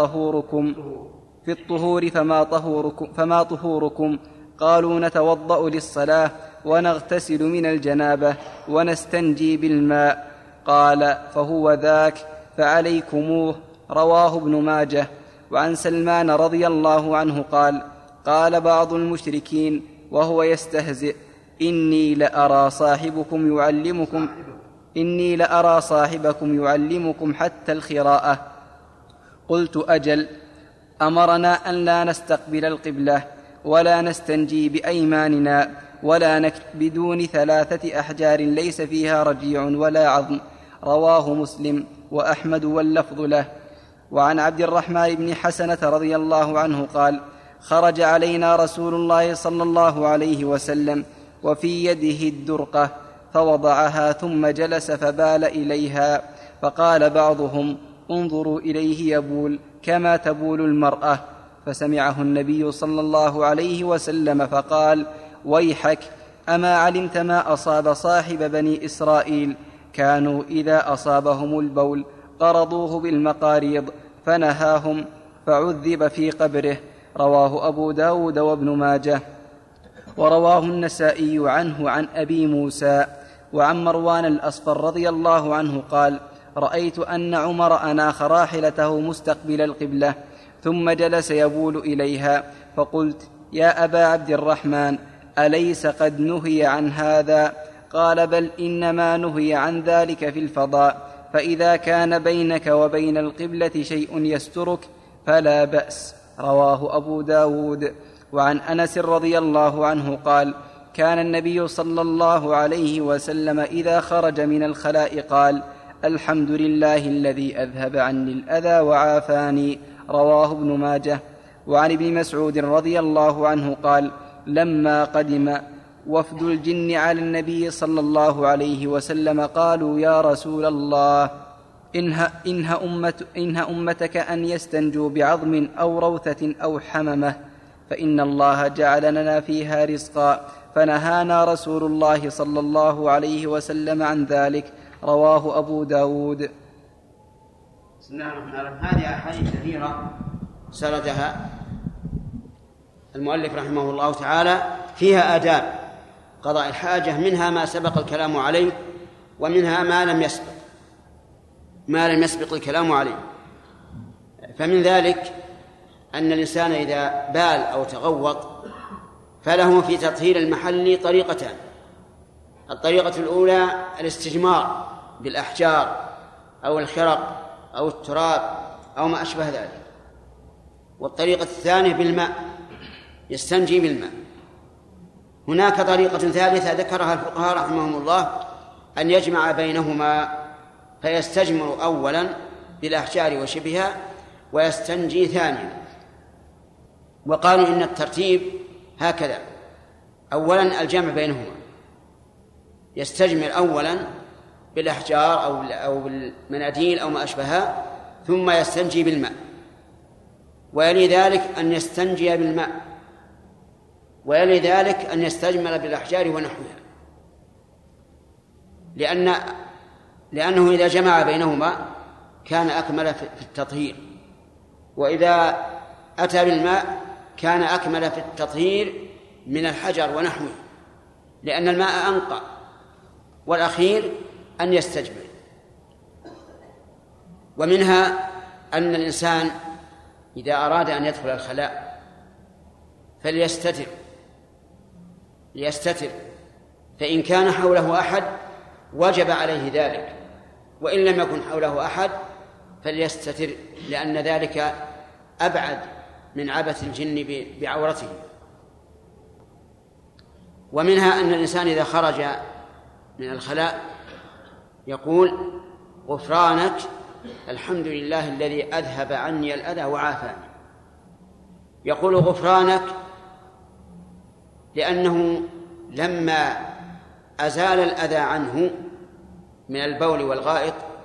فما طهوركم. قالوا: نتوضأ للصلاة ونغتسل من الجنابة ونستنجي بالماء. قال: فهو ذاك فعليكموه. رواه ابن ماجه. وعن سلمان رضي الله عنه قال: قال بعض المشركين وهو يستهزئ: إني لأرى صاحبكم يعلمكم حتى الخراءة. قلت: أجل، أمرنا أن لا نستقبل القبلة ولا نستنجي بأيماننا ولا بدون 3 أحجار ليس فيها رجيع ولا عظم. رواه مسلم وأحمد واللفظ له. وعن عبد الرحمن بن حسنة رضي الله عنه قال: خرج علينا رسول الله صلى الله عليه وسلم وفي يده الدرقة فوضعها ثم جلس فبال إليها، فقال بعضهم: انظروا إليه يبول كما تبول المرأة. فسمعه النبي صلى الله عليه وسلم فقال: ويحك، أما علمت ما أصاب صاحب بني إسرائيل؟ كانوا إذا أصابهم البول قرضوه بالمقاريض فنهاهم فعذب في قبره. رواه أبو داود وابن ماجه. ورواه النسائي عنه عن أبي موسى. وعن مروان الأصفر رضي الله عنه قال: رأيت أن عمر أناخ راحلته مستقبل القبلة ثم جلس يبول إليها، فقلت: يا أبا عبد الرحمن، أليس قد نهي عن هذا؟ قال: بل إنما نهي عن ذلك في الفضاء، فإذا كان بينك وبين القبلة شيء يسترك فلا بأس. رواه أبو داود. وعن أنس رضي الله عنه قال: كان النبي صلى الله عليه وسلم إذا خرج من الخلاء قال: الحمد لله الذي أذهب عني الأذى وعافاني. رواه ابن ماجه. وعن ابن مسعود رضي الله عنه قال: لما قدم وفد الجن على النبي صلى الله عليه وسلم قالوا: يا رسول الله، إنها أمتك أن يستنجوا بعظم أو روثة أو حممة، فإن الله جعل لنا فيها رزقا، فنهانا رسول الله صلى الله عليه وسلم عن ذلك. رواه أبو داود. بسم الله الرحمن الرحيم. هذه أحاديث كثيرة سردها المؤلف رحمه الله تعالى فيها آداب قضاء الحاجة، منها ما سبق الكلام عليه ومنها ما لم يسبق الكلام عليه. فمن ذلك أن الإنسان إذا بال أو تغوط فله في تطهير المحل طريقتان: الطريقة الأولى الاستجمار بالأحجار أو الخرق أو التراب أو ما أشبه ذلك، والطريقة الثانية بالماء، يستنجي بالماء. هناك طريقة ثالثة ذكرها الفقهاء رحمهم الله، أن يجمع بينهما، فيستجمر أولا بالأحجار وشبهها ويستنجي ثانيا. وقالوا إن الترتيب هكذا: أولا الجمع بينهما، يستجمر أولا بالأحجار أو بالمناديل أو ما أشبهها، ثم يستنجي بالماء، ويلي ذلك أن يستنجي بالماء، ويلي ذلك أن يستجمر بالأحجار ونحوها، لأنه إذا جمع بينهما كان أكمل في التطهير، وإذا أتى بالماء كان أكمل في التطهير من الحجر ونحوه، لأن الماء أنقى. والأخير أن يستجمر. ومنها أن الإنسان إذا أراد أن يدخل الخلاء ليستتر، فإن كان حوله أحد وجب عليه ذلك، وإن لم يكن حوله أحد فليستتر، لأن ذلك أبعد من عبث الجن بعورته. ومنها أن الإنسان إذا خرج من الخلاء يقول: غفرانك، الحمد لله الذي أذهب عني الأذى وعافاني. يقول غفرانك لأنه لما أزال الأذى عنه من البول والغائط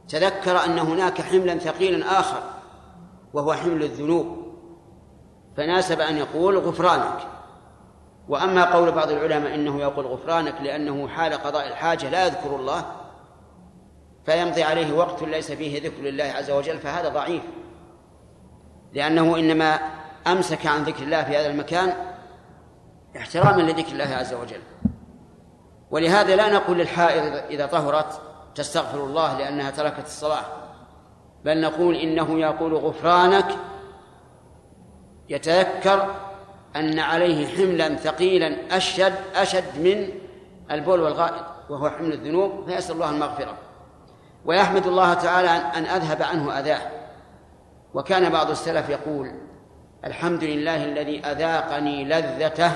تذكر أن هناك حملا ثقيلا آخر وهو حمل الذنوب، فناسب أن يقول غفرانك. وأما قول بعض العلماء إنه يقول غفرانك لأنه حال قضاء الحاجة لا يذكر الله فيمضي عليه وقت ليس فيه ذكر لله عز وجل، فهذا ضعيف، لأنه إنما أمسك عن ذكر الله في هذا المكان احتراما لذكر الله عز وجل. ولهذا لا نقول للحائض إذا طهرت تستغفر الله لأنها تركت الصلاة، بل نقول إنه يقول غفرانك يتذكر أن عليه حملا ثقيلا أشد من البول والغائط وهو حمل الذنوب، فيسأل الله المغفرة ويحمد الله تعالى أن أذهب عنه أذاه. وكان بعض السلف يقول الحمد لله الذي أذاقني لذته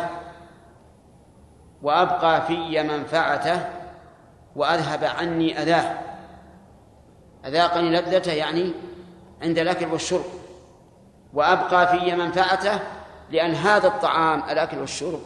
وأبقى في منفعته وأذهب عني أذاه. أذاقني لذته يعني عند الأكل والشرب، وأبقى في منفعته لأن هذا الطعام الأكل والشرب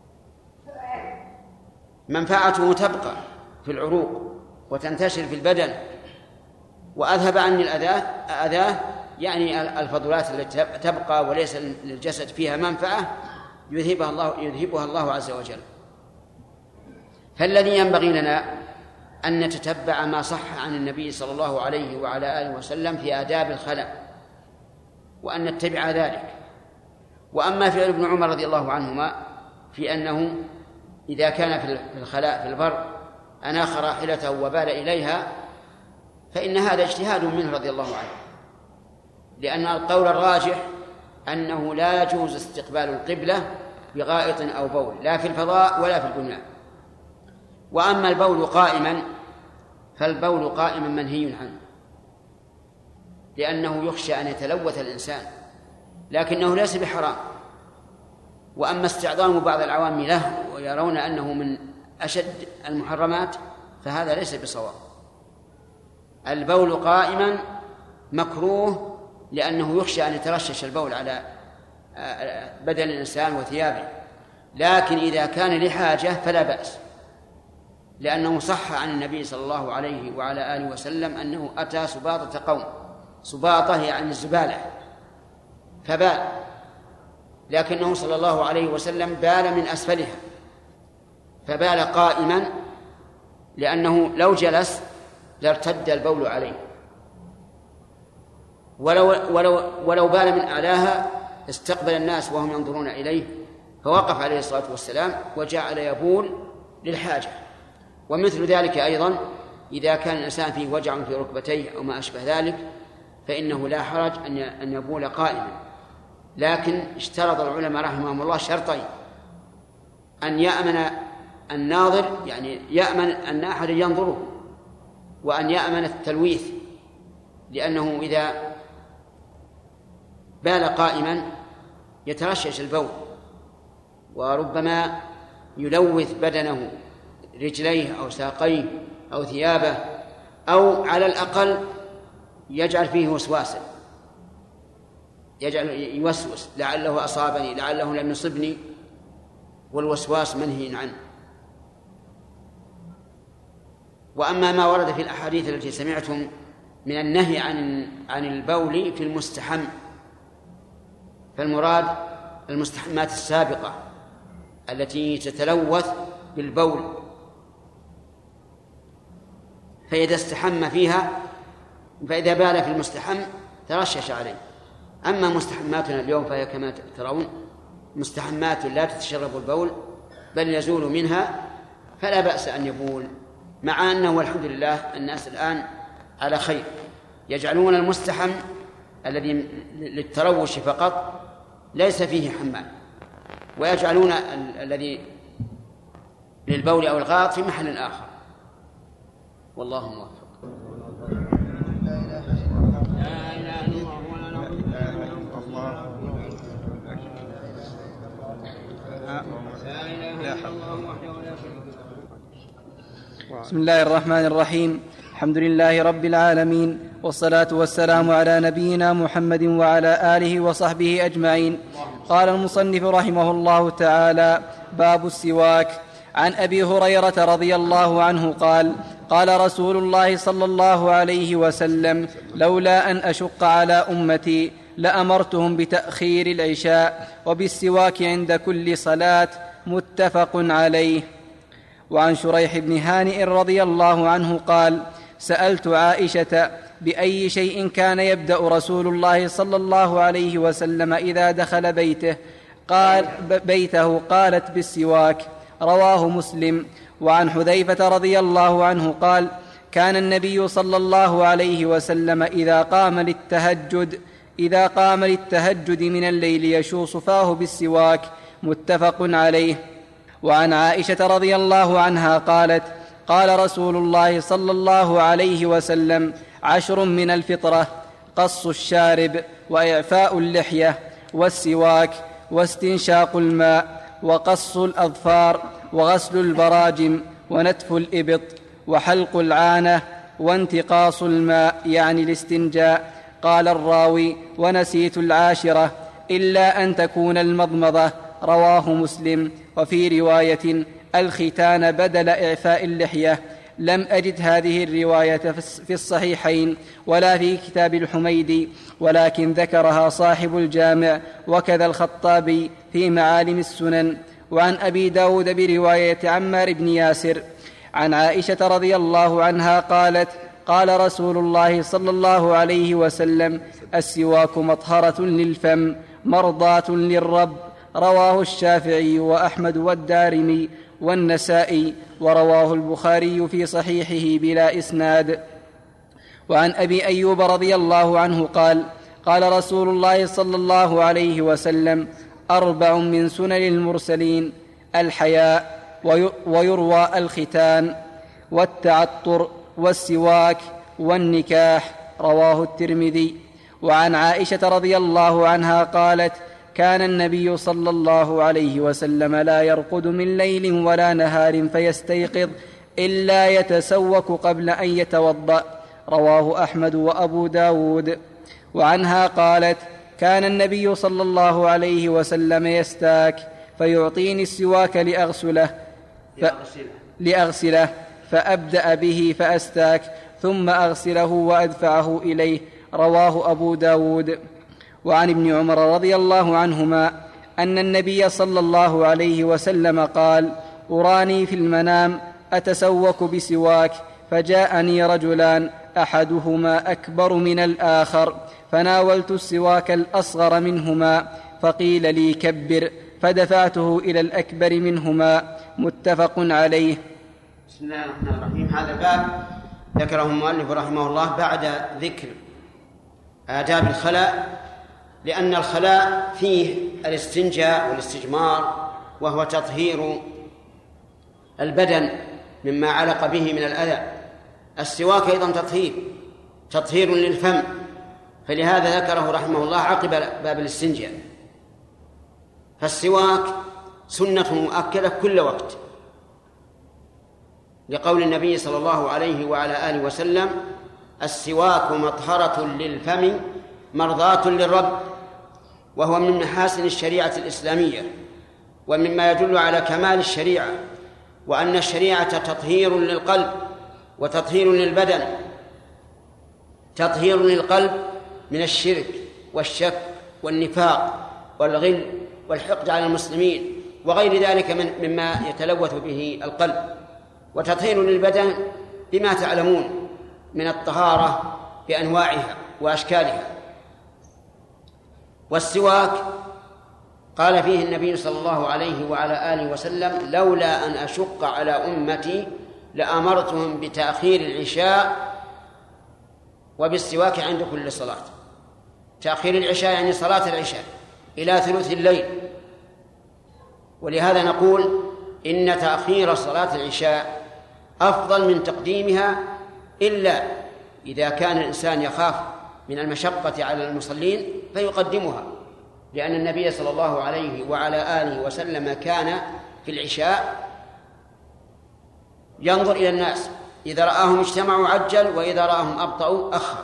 منفعته تبقى في العروق وتنتشر في البدن، وأذهب عني الأذى يعني الفضلات التي تبقى وليس للجسد فيها منفعة يذهبها الله عز وجل. فالذي ينبغي لنا أن نتتبع ما صح عن النبي صلى الله عليه وعلى آله وسلم في آداب الخلاء وأن نتبع ذلك. وأما فعل ابن عمر رضي الله عنهما في أنه إذا كان في الخلاء في البر أناخ راحلته وبال إليها فإن هذا اجتهاد منه رضي الله عنه، لأن القول الراجح أنه لا يجوز استقبال القبلة بغائط أو بول لا في الفضاء ولا في البنيان. وأما البول قائما فالبول قائما منهي عنه، لأنه يخشى أن يتلوث الإنسان، لكنه ليس بحرام. وأما استعظام بعض العوام له ويرون أنه من أشد المحرمات فهذا ليس بصواب. البول قائما مكروه لأنه يخشى أن يترشش البول على بدن الإنسان وثيابه، لكن إذا كان لحاجة فلا بأس، لأنه صح عن النبي صلى الله عليه وعلى آله وسلم أنه أتى سباطة قوم، سباطة يعني الزبالة، فبال، لكنه صلى الله عليه وسلم بال من أسفلها، فبال قائما لأنه لو جلس لارتد البول عليه، ولو بال من أعلاها استقبل الناس وهم ينظرون إليه، فوقف عليه الصلاة والسلام وجعل يبول للحاجة. ومثل ذلك أيضا إذا كان الإنسان فيه وجع في ركبتيه أو ما أشبه ذلك فإنه لا حرج أن يبول قائما، لكن اشترط العلماء رحمهم الله شرطين: أن يأمن الناظر، يعني يأمن أن أحد ينظره، وأن يأمن التلويث، لأنه إذا بال قائما يترشش البول وربما يلوث بدنه، رجليه أو ساقيه أو ثيابه، أو على الأقل يجعل فيه وسواسا، يوسوس لعله أصابني لعله لم يصبني، والوسواس منهي عنه. وأما ما ورد في الأحاديث التي سمعتم من النهي عن البول في المستحم، فالمراد المستحمات السابقة التي تتلوث بالبول، فإذا استحم فيها فإذا بال في المستحم ترشش عليه. أما مستحماتنا اليوم فهي كما ترون مستحمات لا تتشرب البول بل يزول منها، فلا بأس أن يبول، مع أنه والحمد لله الناس الآن على خير، يجعلون المستحم الذي للتروش فقط ليس فيه حمام، ويجعلون الذي للبول أو الغائط في محل آخر، والله موفق. بسم الله الرحمن الرحيم. الحمد لله رب العالمين، والصلاة والسلام على نبينا محمد وعلى آله وصحبه أجمعين. قال المصنف رحمه الله تعالى: باب السواك. عن أبي هريرة رضي الله عنه قال قال رسول الله صلى الله عليه وسلم لولا أن أشق على أمتي لأمرتهم بتأخير العشاء وبالسواك عند كل صلاة. متفق عليه. وعن شريح بن هانئ رضي الله عنه قال سألت عائشة بأي شيء كان يبدأ رسول الله صلى الله عليه وسلم إذا دخل بيته قالت بالسواك. رواه مسلم. وعن حذيفة رضي الله عنه قال كان النبي صلى الله عليه وسلم إذا قام للتهجد من الليل يشوص فاه بالسواك. متفق عليه. وعن عائشة رضي الله عنها قالت قال رسول الله صلى الله عليه وسلم 10 من الفطرة: قص الشارب، وإعفاء اللحية، والسواك، واستنشاق الماء، وقص الأظفار، وغسل البراجم، ونتف الإبط، وحلق العانة، وانتقاص الماء يعني الاستنجاء. قال الراوي: ونسيت 10 إلا أن تكون المضمضة. رواه مسلم. وفي رواية: الختان بدل إعفاء اللحية. لم أجد هذه الرواية في الصحيحين ولا في كتاب الحميدي، ولكن ذكرها صاحب الجامع وكذا الخطابي في معالم السنن. وعن أبي داود برواية عمار بن ياسر عن عائشة رضي الله عنها قالت قال رسول الله صلى الله عليه وسلم: السواك مطهرة للفم مرضاة للرب. رواه الشافعي وأحمد والدارمي والنسائي، ورواه البخاري في صحيحه بلا إسناد. وعن أبي أيوب رضي الله عنه قال قال رسول الله صلى الله عليه وسلم: 4 من سنن المرسلين: الحياء، ويروى الختان، والتعطر، والسواك، والنكاح. رواه الترمذي. وعن عائشة رضي الله عنها قالت: كان النبي صلى الله عليه وسلم لا يرقد من ليل ولا نهار فيستيقظ إلا يتسوك قبل أن يتوضأ. رواه أحمد وأبو داود. وعنها قالت: كان النبي صلى الله عليه وسلم يستاك فيعطيني السواك لأغسله فأبدأ به فأستاك ثم أغسله وأدفعه إليه. رواه أبو داود. وعن ابن عمر رضي الله عنهما أن النبي صلى الله عليه وسلم قال: أراني في المنام أتسوك بسواك، فجاءني رجلان أحدهما أكبر من الآخر، فناولت السواك الأصغر منهما فقيل لي: كبر، فدفعته إلى الأكبر منهما. متفق عليه. بسم الله الرحمن الرحيم. هذا الباب ذكره المؤلف رحمه الله بعد ذكر آداب الخلاء، لأن الخلاء فيه الاستنجاء والاستجمار، وهو تطهير البدن مما علق به من الأذى. السواك أيضا تطهير للفم، فلهذا ذكره رحمه الله عقب باب الاستنجاء. فالسواك سنة مؤكدة كل وقت، لقول النبي صلى الله عليه وعلى آله وسلم: السواك مطهرة للفم مرضاة للرب. وهو من محاسن الشريعة الإسلامية، ومما يدل على كمال الشريعة، وأن الشريعة تطهير للقلب وتطهير للبدن. تطهير للقلب من الشرك والشك والنفاق والغل والحقد على المسلمين وغير ذلك مما يتلوث به القلب، وتطهير للبدن بما تعلمون من الطهارة بأنواعها وأشكالها. والسواك قال فيه النبي صلى الله عليه وعلى آله وسلم: لولا أن أشق على أمتي لأمرتهم بتأخير العشاء وبالسواك عند كل صلاة. تأخير العشاء يعني صلاة العشاء إلى ثلث الليل. ولهذا نقول إن تأخير صلاة العشاء أفضل من تقديمها، إلا إذا كان الإنسان يخاف من المشقة على المصلين فيقدمها، لأن النبي صلى الله عليه وعلى آله وسلم كان في العشاء ينظر إلى الناس، إذا رآهم اجتمعوا عجل، وإذا رآهم أبطأوا أخر.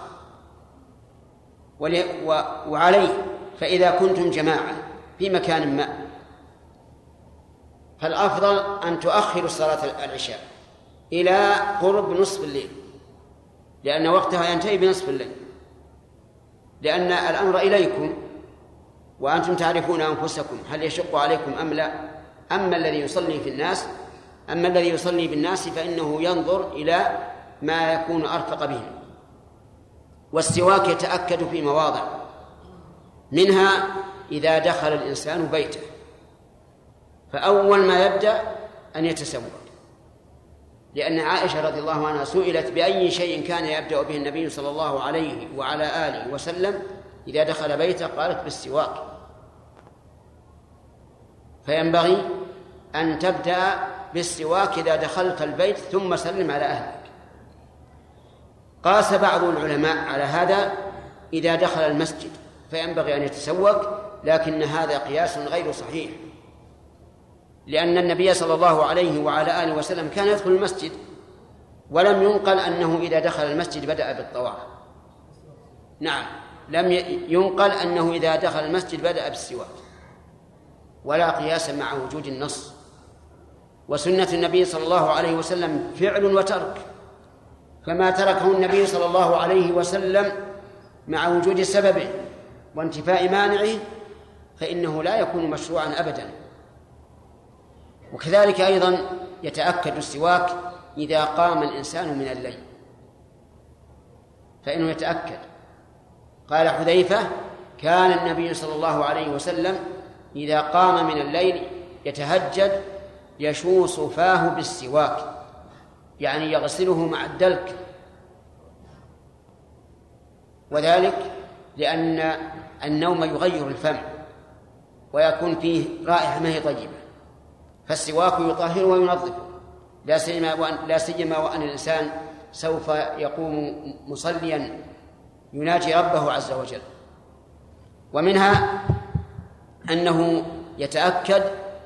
وعليه فإذا كنتم جماعة في مكان ما فالأفضل أن تؤخر صلاة العشاء إلى قرب نصف الليل، لأن وقتها ينتهي بنصف الليل، لأن الأمر إليكم وأنتم تعرفون أنفسكم هل يشق عليكم أم لا. أما الذي يصلي بالناس فإنه ينظر إلى ما يكون أرفق به. والسواك يتأكد في مواضع، منها إذا دخل الإنسان بيته فأول ما يبدأ أن يتسوق، لأن عائشة رضي الله عنها سئلت بأي شيء كان يبدأ به النبي صلى الله عليه وعلى آله وسلم إذا دخل بيته، قالت بالسواك. فينبغي أن تبدأ بالسواك إذا دخلت البيت ثم سلم على أهلك. قاس بعض العلماء على هذا إذا دخل المسجد فينبغي أن يتسوق، لكن هذا قياس غير صحيح، لأن النبي صلى الله عليه وعلى آله وسلم كان يدخل المسجد ولم ينقل أنه إذا دخل المسجد بدأ بالطواف. نعم، لم ينقل أنه إذا دخل المسجد بدأ بالسواك، ولا قياس مع وجود النص. وسنة النبي صلى الله عليه وسلم فعل وترك، فما تركه النبي صلى الله عليه وسلم مع وجود سببه وانتفاء مانعه فإنه لا يكون مشروعا أبدا. وكذلك أيضا يتأكد السواك إذا قام الإنسان من الليل، فإنه يتأكد. قال حذيفة: كان النبي صلى الله عليه وسلم إذا قام من الليل يتهجد يشوص فاه بالسواك، يعني يغسله مع الدلك، وذلك لأن النوم يغير الفم ويكون فيه رائحة ما هي طيبة، فالسواك يطهره وينظفه، لا سيما وأن الإنسان سوف يقوم مصليا يناجي ربه عز وجل. ومنها أنه يتأكد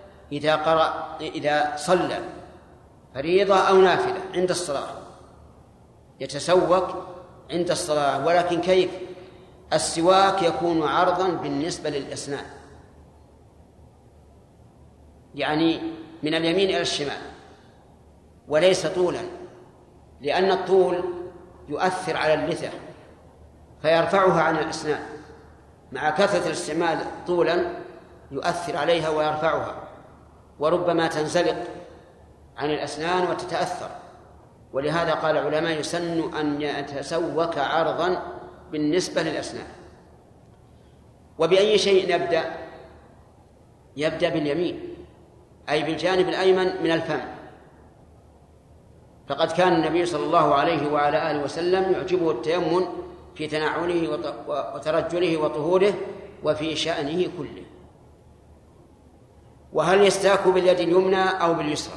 إذا صلى فريضة أو نافلة عند الصلاة يتسوق عند الصلاة. ولكن كيف؟ السواك يكون عرضا بالنسبة للأسنان، يعني من اليمين إلى الشمال، وليس طولا، لأن الطول يؤثر على اللثة فيرفعها عن الأسنان، مع كثرة الاستعمال طولا يؤثر عليها ويرفعها، وربما تنزلق عن الأسنان وتتأثر. ولهذا قال العلماء: يسن أن يتسوك عرضا بالنسبة للأسنان. وبأي شيء نبدأ؟ يبدأ باليمين، أي بالجانب الأيمن من الفم، فقد كان النبي صلى الله عليه وعلى آله وسلم يعجبه التيمم في تنعله وترجله وطهوره وفي شأنه كله. وهل يستاك باليد اليمنى أو باليسرى؟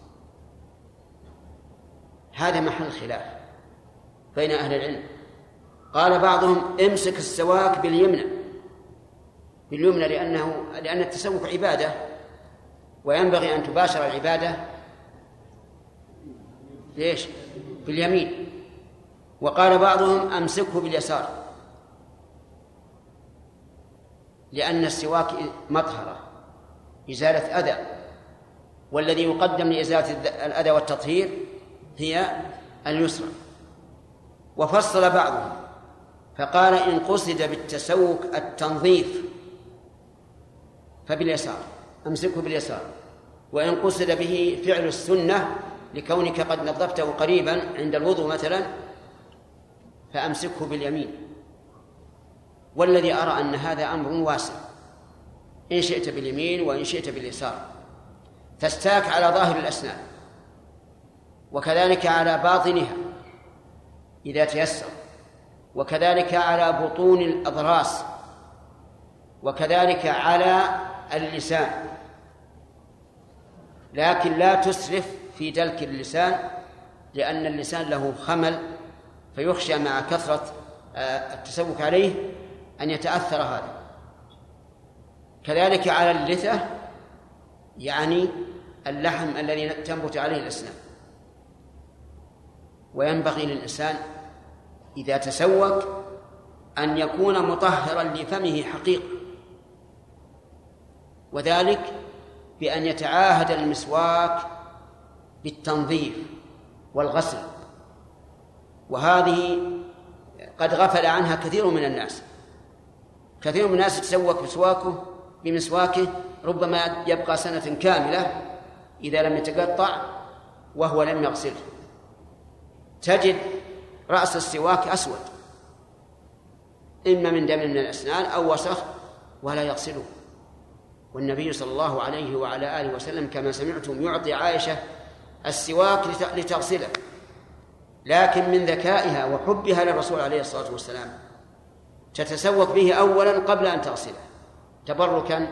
هذا محل خلاف بين أهل العلم. قال بعضهم: امسك السواك باليمنى لأن التسوك عبادة وينبغي أن تباشر العبادة ليش؟ باليمين. وقال بعضهم: أمسكه باليسار، لأن السواك مطهرة إزالة أذى، والذي يقدم لإزالة الأذى والتطهير هي اليسرى. وفصل بعضهم فقال: إن قصد بالتسوك التنظيف فباليسار، أمسكه باليسار. وإن قصد به فعل السنة لكونك قد نظفته قريبا عند الوضوء مثلا فأمسكه باليمين. والذي أرى أن هذا أمر واسع، إن شئت باليمين وإن شئت باليسار، تستاك على ظاهر الأسنان وكذلك على باطنها إذا تيسر، وكذلك على بطون الأضراس، وكذلك على اللسان، لكن لا تسرف في دلك اللسان، لأن اللسان له خمل فيخشى مع كثرة التسوك عليه أن يتأثر هذا. كذلك على اللثة، يعني اللحم الذي تنبت عليه الأسنان. وينبغي للإنسان إذا تسوك أن يكون مطهرا لفمه حقيقة، وذلك بأن يتعاهد المسواك بالتنظيف والغسل، وهذه قد غفل عنها كثير من الناس. كثير من الناس يتسوق بمسواكه ربما يبقى سنة كاملة إذا لم يتقطع وهو لم يغسله. تجد رأس السواك أسود، إما من دم من الأسنان أو وسخ، ولا يغسله. والنبي صلى الله عليه وعلى آله وسلم كما سمعتم يعطي عائشة السواك لتغسله، لكن من ذكائها وحبها للرسول عليه الصلاة والسلام تتسوق به أولا قبل أن تغسله، تبركا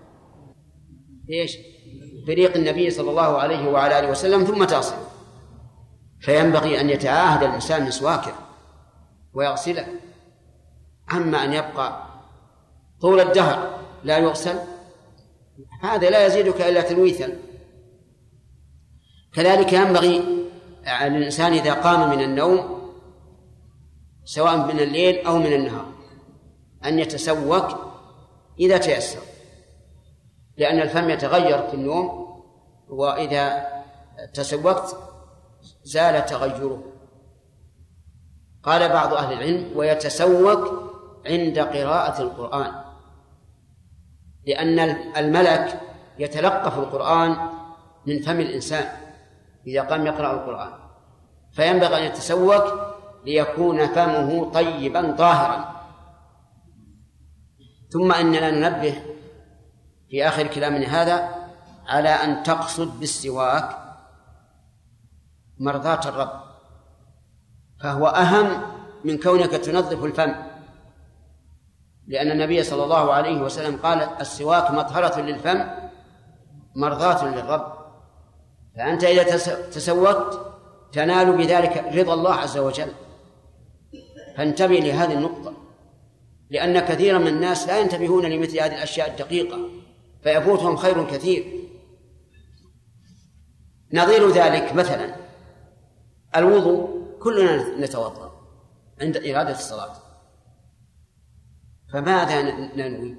بريق النبي صلى الله عليه وعلى آله وسلم، ثم تغسله. فينبغي أن يتعاهد الإنسان مسواكه ويغسله. أما أن يبقى طول الدهر لا يغسل، هذا لا يزيدك إلا تلويثا. كذلك ينبغي على الإنسان إذا قام من النوم سواء من الليل أو من النهار أن يتسوك إذا تيسر، لأن الفم يتغير في النوم، وإذا تسوكت زال تغيره. قال بعض أهل العلم: ويتسوك عند قراءة القرآن، لأن الملك يتلقف القرآن من فم الإنسان إذا قام يقرأ القرآن، فينبغي أن يتسوك ليكون فمه طيبا طاهرا. ثم إننا ننبه في آخر كلامنا هذا على أن تقصد بالسواك مرضاة الرب، فهو أهم من كونك تنظف الفم، لأن النبي صلى الله عليه وسلم قال: السواك مطهرة للفم مرضاة للرب. فأنت إذا تسوكت تنال بذلك رضا الله عز وجل. فانتبه لهذه النقطة، لأن كثيرا من الناس لا ينتبهون لمثل هذه الأشياء الدقيقة، فيفوتهم خير كثير. نظير ذلك مثلا الوضوء، كلنا نتوضأ عند إرادة الصلاة، فماذا ننوي؟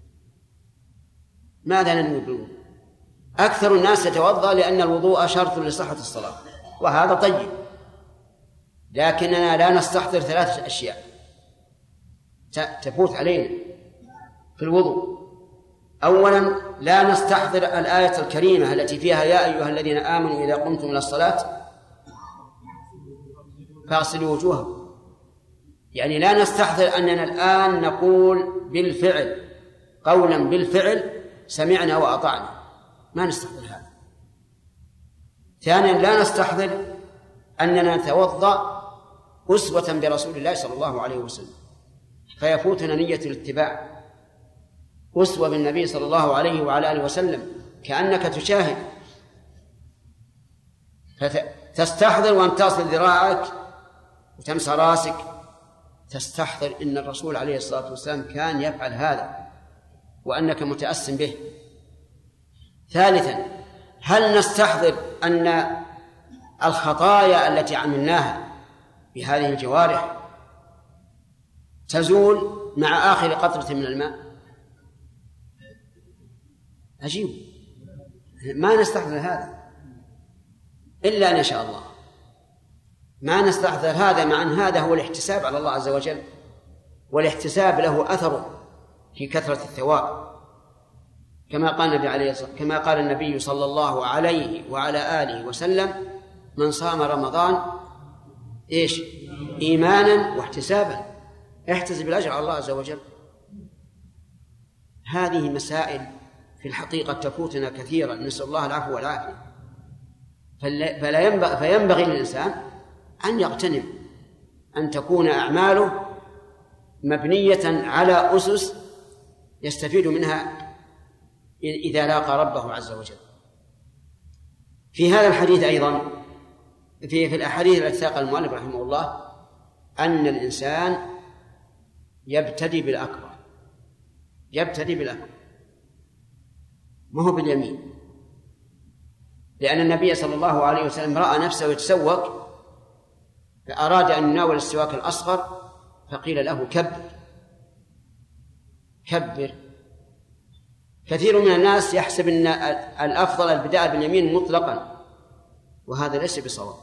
ماذا ننوي بالوضوء؟ أكثر الناس يتوضأ لأن الوضوء شرط لصحة الصلاة، وهذا طيب، لكننا لا نستحضر 3 أشياء تفوت علينا في الوضوء. أولا، لا نستحضر الآية الكريمة التي فيها: يا أيها الذين آمنوا إذا قمتم إلى الصلاة فاغسلوا وجوهكم. يعني لا نستحضر أننا الآن نقول بالفعل قولا بالفعل سمعنا وأطعنا، ما نستحضر هذا. ثانيا، لا نستحضر أننا نتوضأ أسوة برسول الله صلى الله عليه وسلم، فيفوتنا نية الاتباع. أسوة بالنبي صلى الله عليه وعلى آله وسلم كأنك تشاهد، فتستحضر وأن تصل ذراعك وتمسح راسك، تستحضر أن الرسول عليه الصلاة والسلام كان يفعل هذا وأنك متأسم به. ثالثا، هل نستحضر أن الخطايا التي عملناها بهذه الجوارح تزول مع آخر قطرة من الماء؟ عجيب، ما نستحضر هذا إلا أن يشاء الله، ما نستحضر هذا، مع أن هذا هو الاحتساب على الله عز وجل، والاحتساب له أثر في كثرة الثواب، كما قال النبي صلى الله عليه وعلى آله وسلم: من صام رمضان إيمانا واحتسابا احتسب الأجر على الله عز وجل. هذه مسائل في الحقيقة تفوتنا كثيرا، نسأل الله العفو والعافية. فينبغي للإنسان أن يغتنم أن تكون أعماله مبنية على أسس يستفيد منها إذا لاقى ربه عز وجل. في هذا الحديث أيضا، في الأحاديث التي ساقها المؤلف رحمه الله، أن الإنسان يبتدي بالأكبر، ما هو باليمين، لأن النبي صلى الله عليه وسلم رأى نفسه يتسوق فأراد أن يناول السواك الأصغر، فقيل له: كبر. كثير من الناس يحسب أن الأفضل البداء باليمين مطلقا، وهذا ليس بصواب،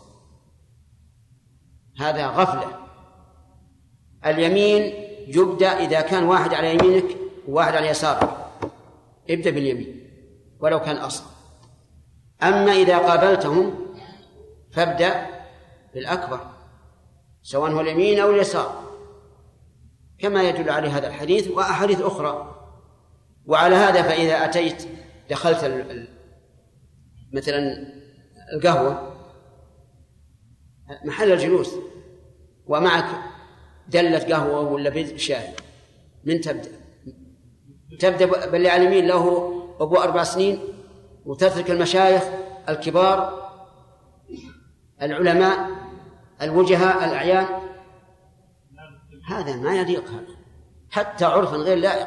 هذا غفلة. اليمين يبدأ إذا كان واحد على يمينك وواحد على يسارك، ابدأ باليمين ولو كان أصغر. أما إذا قابلتهم فابدأ بالأكبر سواء هو اليمين أو اليسار، كما يدل عليه هذا الحديث وأحاديث أخرى. وعلى هذا فإذا أتيت دخلت مثلا القهوة محل الجلوس ومعك دلة قهوة ولا بيت شاي، من تبدأ باللي على اليمين له أبو 4 سنين وتترك المشايخ الكبار العلماء الوجهاء الأعيان، هذا ما يليق، هذا حتى عرفا غير لائق.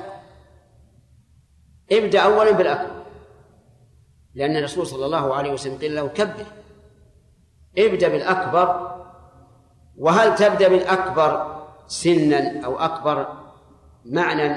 ابدأ أولا بالأكبر، لأن الرسول صلى الله عليه وسلم قيل له كبر، ابدأ بالأكبر. وهل تبدأ بالأكبر سنا أو أكبر معنى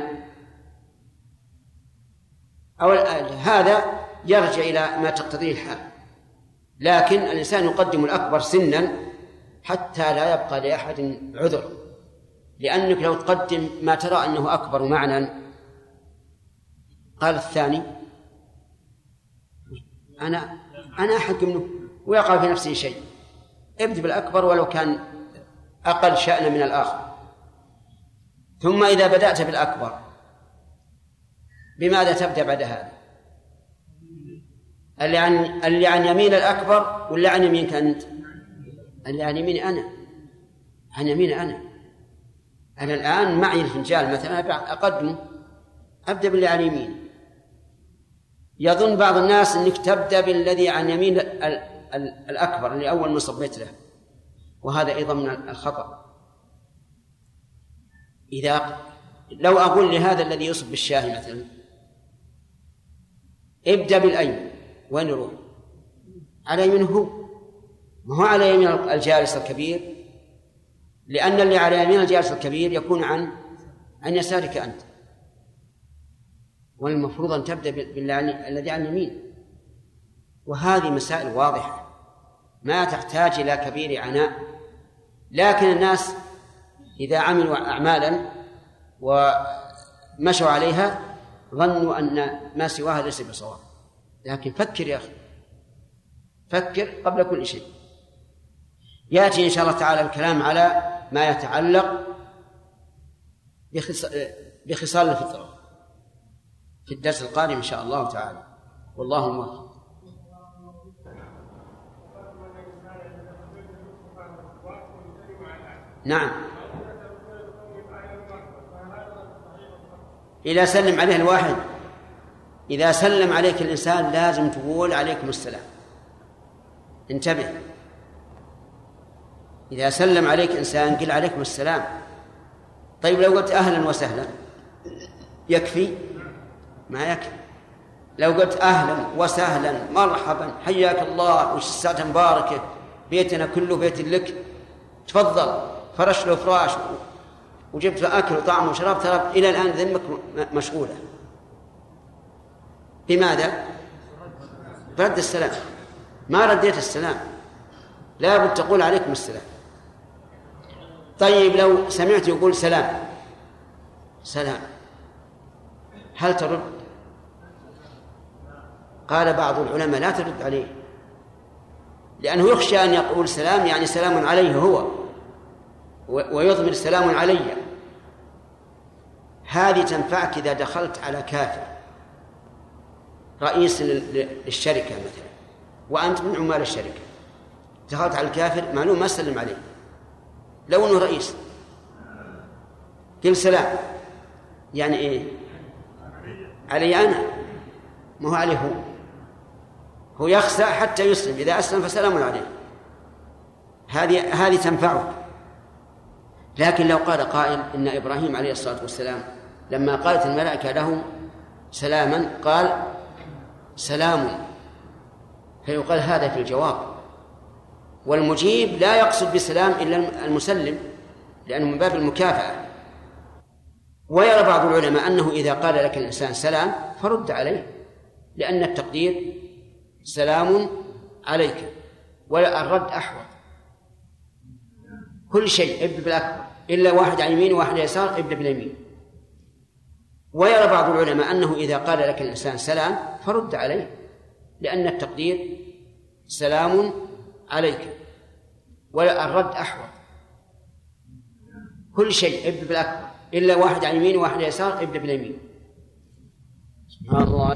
أو هذا يرجع إلى ما تقتضيه الحال، لكن الإنسان يقدم الأكبر سنا حتى لا يبقى لأحد عذر، لأنك لو تقدم ما ترى أنه أكبر معنى قال الثاني أنا أحق منه ويقع في نفسه شيء. ابدأ بالأكبر ولو كان أقل شأن من الآخر. ثم إذا بدأت بالأكبر بماذا تبدأ بعد هذا؟ اللي عن يمين الأكبر ولا عن يمينك أنت؟ اللي عن يمين أنا، عن يمين أنا الآن معي الفنجال مثلا أقدمه، أبدأ باللي عن يمين. يظن بعض الناس أنك تبدأ بالذي عن يمين الأكبر اللي أول ما صبيت له، وهذا أيضا من الخطأ. إذا لو أقول لهذا الذي يصب بالشاي مثلا ابدأ بالأيمن، وين يروح؟ على يمينه هو، ما هو على يمين الجالس الكبير، لأن اللي على يمين الجالس الكبير يكون عن يسارك أنت، والمفروض أن تبدأ الذي عن يمين. وهذه مسائل واضحة ما تحتاج إلى كبير عناء، لكن الناس إذا عملوا أعمالا ومشوا عليها ظنوا أن ما سواها ليس بصواب. لكن فكر يا أخي، فكر قبل كل شيء. يأتي إن شاء الله تعالى الكلام على ما يتعلق بخصال الفطرة في الدرس القادم إن شاء الله تعالى، والله موفق. نعم، إذا سلم عليه الواحد، إذا سلم عليك الإنسان لازم تقول عليكم السلام، انتبه. إذا سلم عليك إنسان قل عليكم السلام. طيب لو قلت أهلا وسهلا يكفي؟ ما يكفي. لو قلت أهلا وسهلا مرحبا حياك الله وش الساعة مباركة بيتنا كله بيت لك تفضل فرش له فراش وجبت له أكل وطعم وشراب، ترى إلى الآن ذمك مشغولة. بماذا؟ برد السلام. ما رديت السلام، لا بد تقول عليكم السلام. طيب لو سمعت يقول سلام سلام هل ترد؟ قال بعض العلماء لا ترد عليه، لأنه يخشى أن يقول سلام يعني سلام عليه هو ويضمر سلام علي. هذه تنفعك إذا دخلت على كافر رئيس للشركة مثلا وأنت من عمال الشركة، دخلت على الكافر معلوم ما سلم عليه لو أنه رئيس، قل سلام يعني إيه؟ علي أنا، ما هو عليه هو يخشى حتى يسلم، إذا أسلم فسلام عليه. هذه تنفعك. لكن لو قال قائل إن إبراهيم عليه الصلاة والسلام لما قالت الملائكة له سلاما قال سلام، فيقال هذا في الجواب، والمجيب لا يقصد بسلام إلا المسلم، لأنه من باب المكافأة. ويرى بعض العلماء أنه إذا قال لك الإنسان سلام فرد عليه، لأن التقدير سلام عليك، والرد أحوط. كل شيء ابدأ بالأكبر، إلا واحد على اليمين وواحد على اليسار ابدأ باليمين. ويرى بعض العلماء أنه إذا قال لك الإنسان سلام فرد عليه، لأن التقدير سلام عليك، والرد أحوط. كل شيء ابدأ بالأكبر، إلا واحد على اليمين وواحد على اليسار ابدأ باليمين. سبحان الله.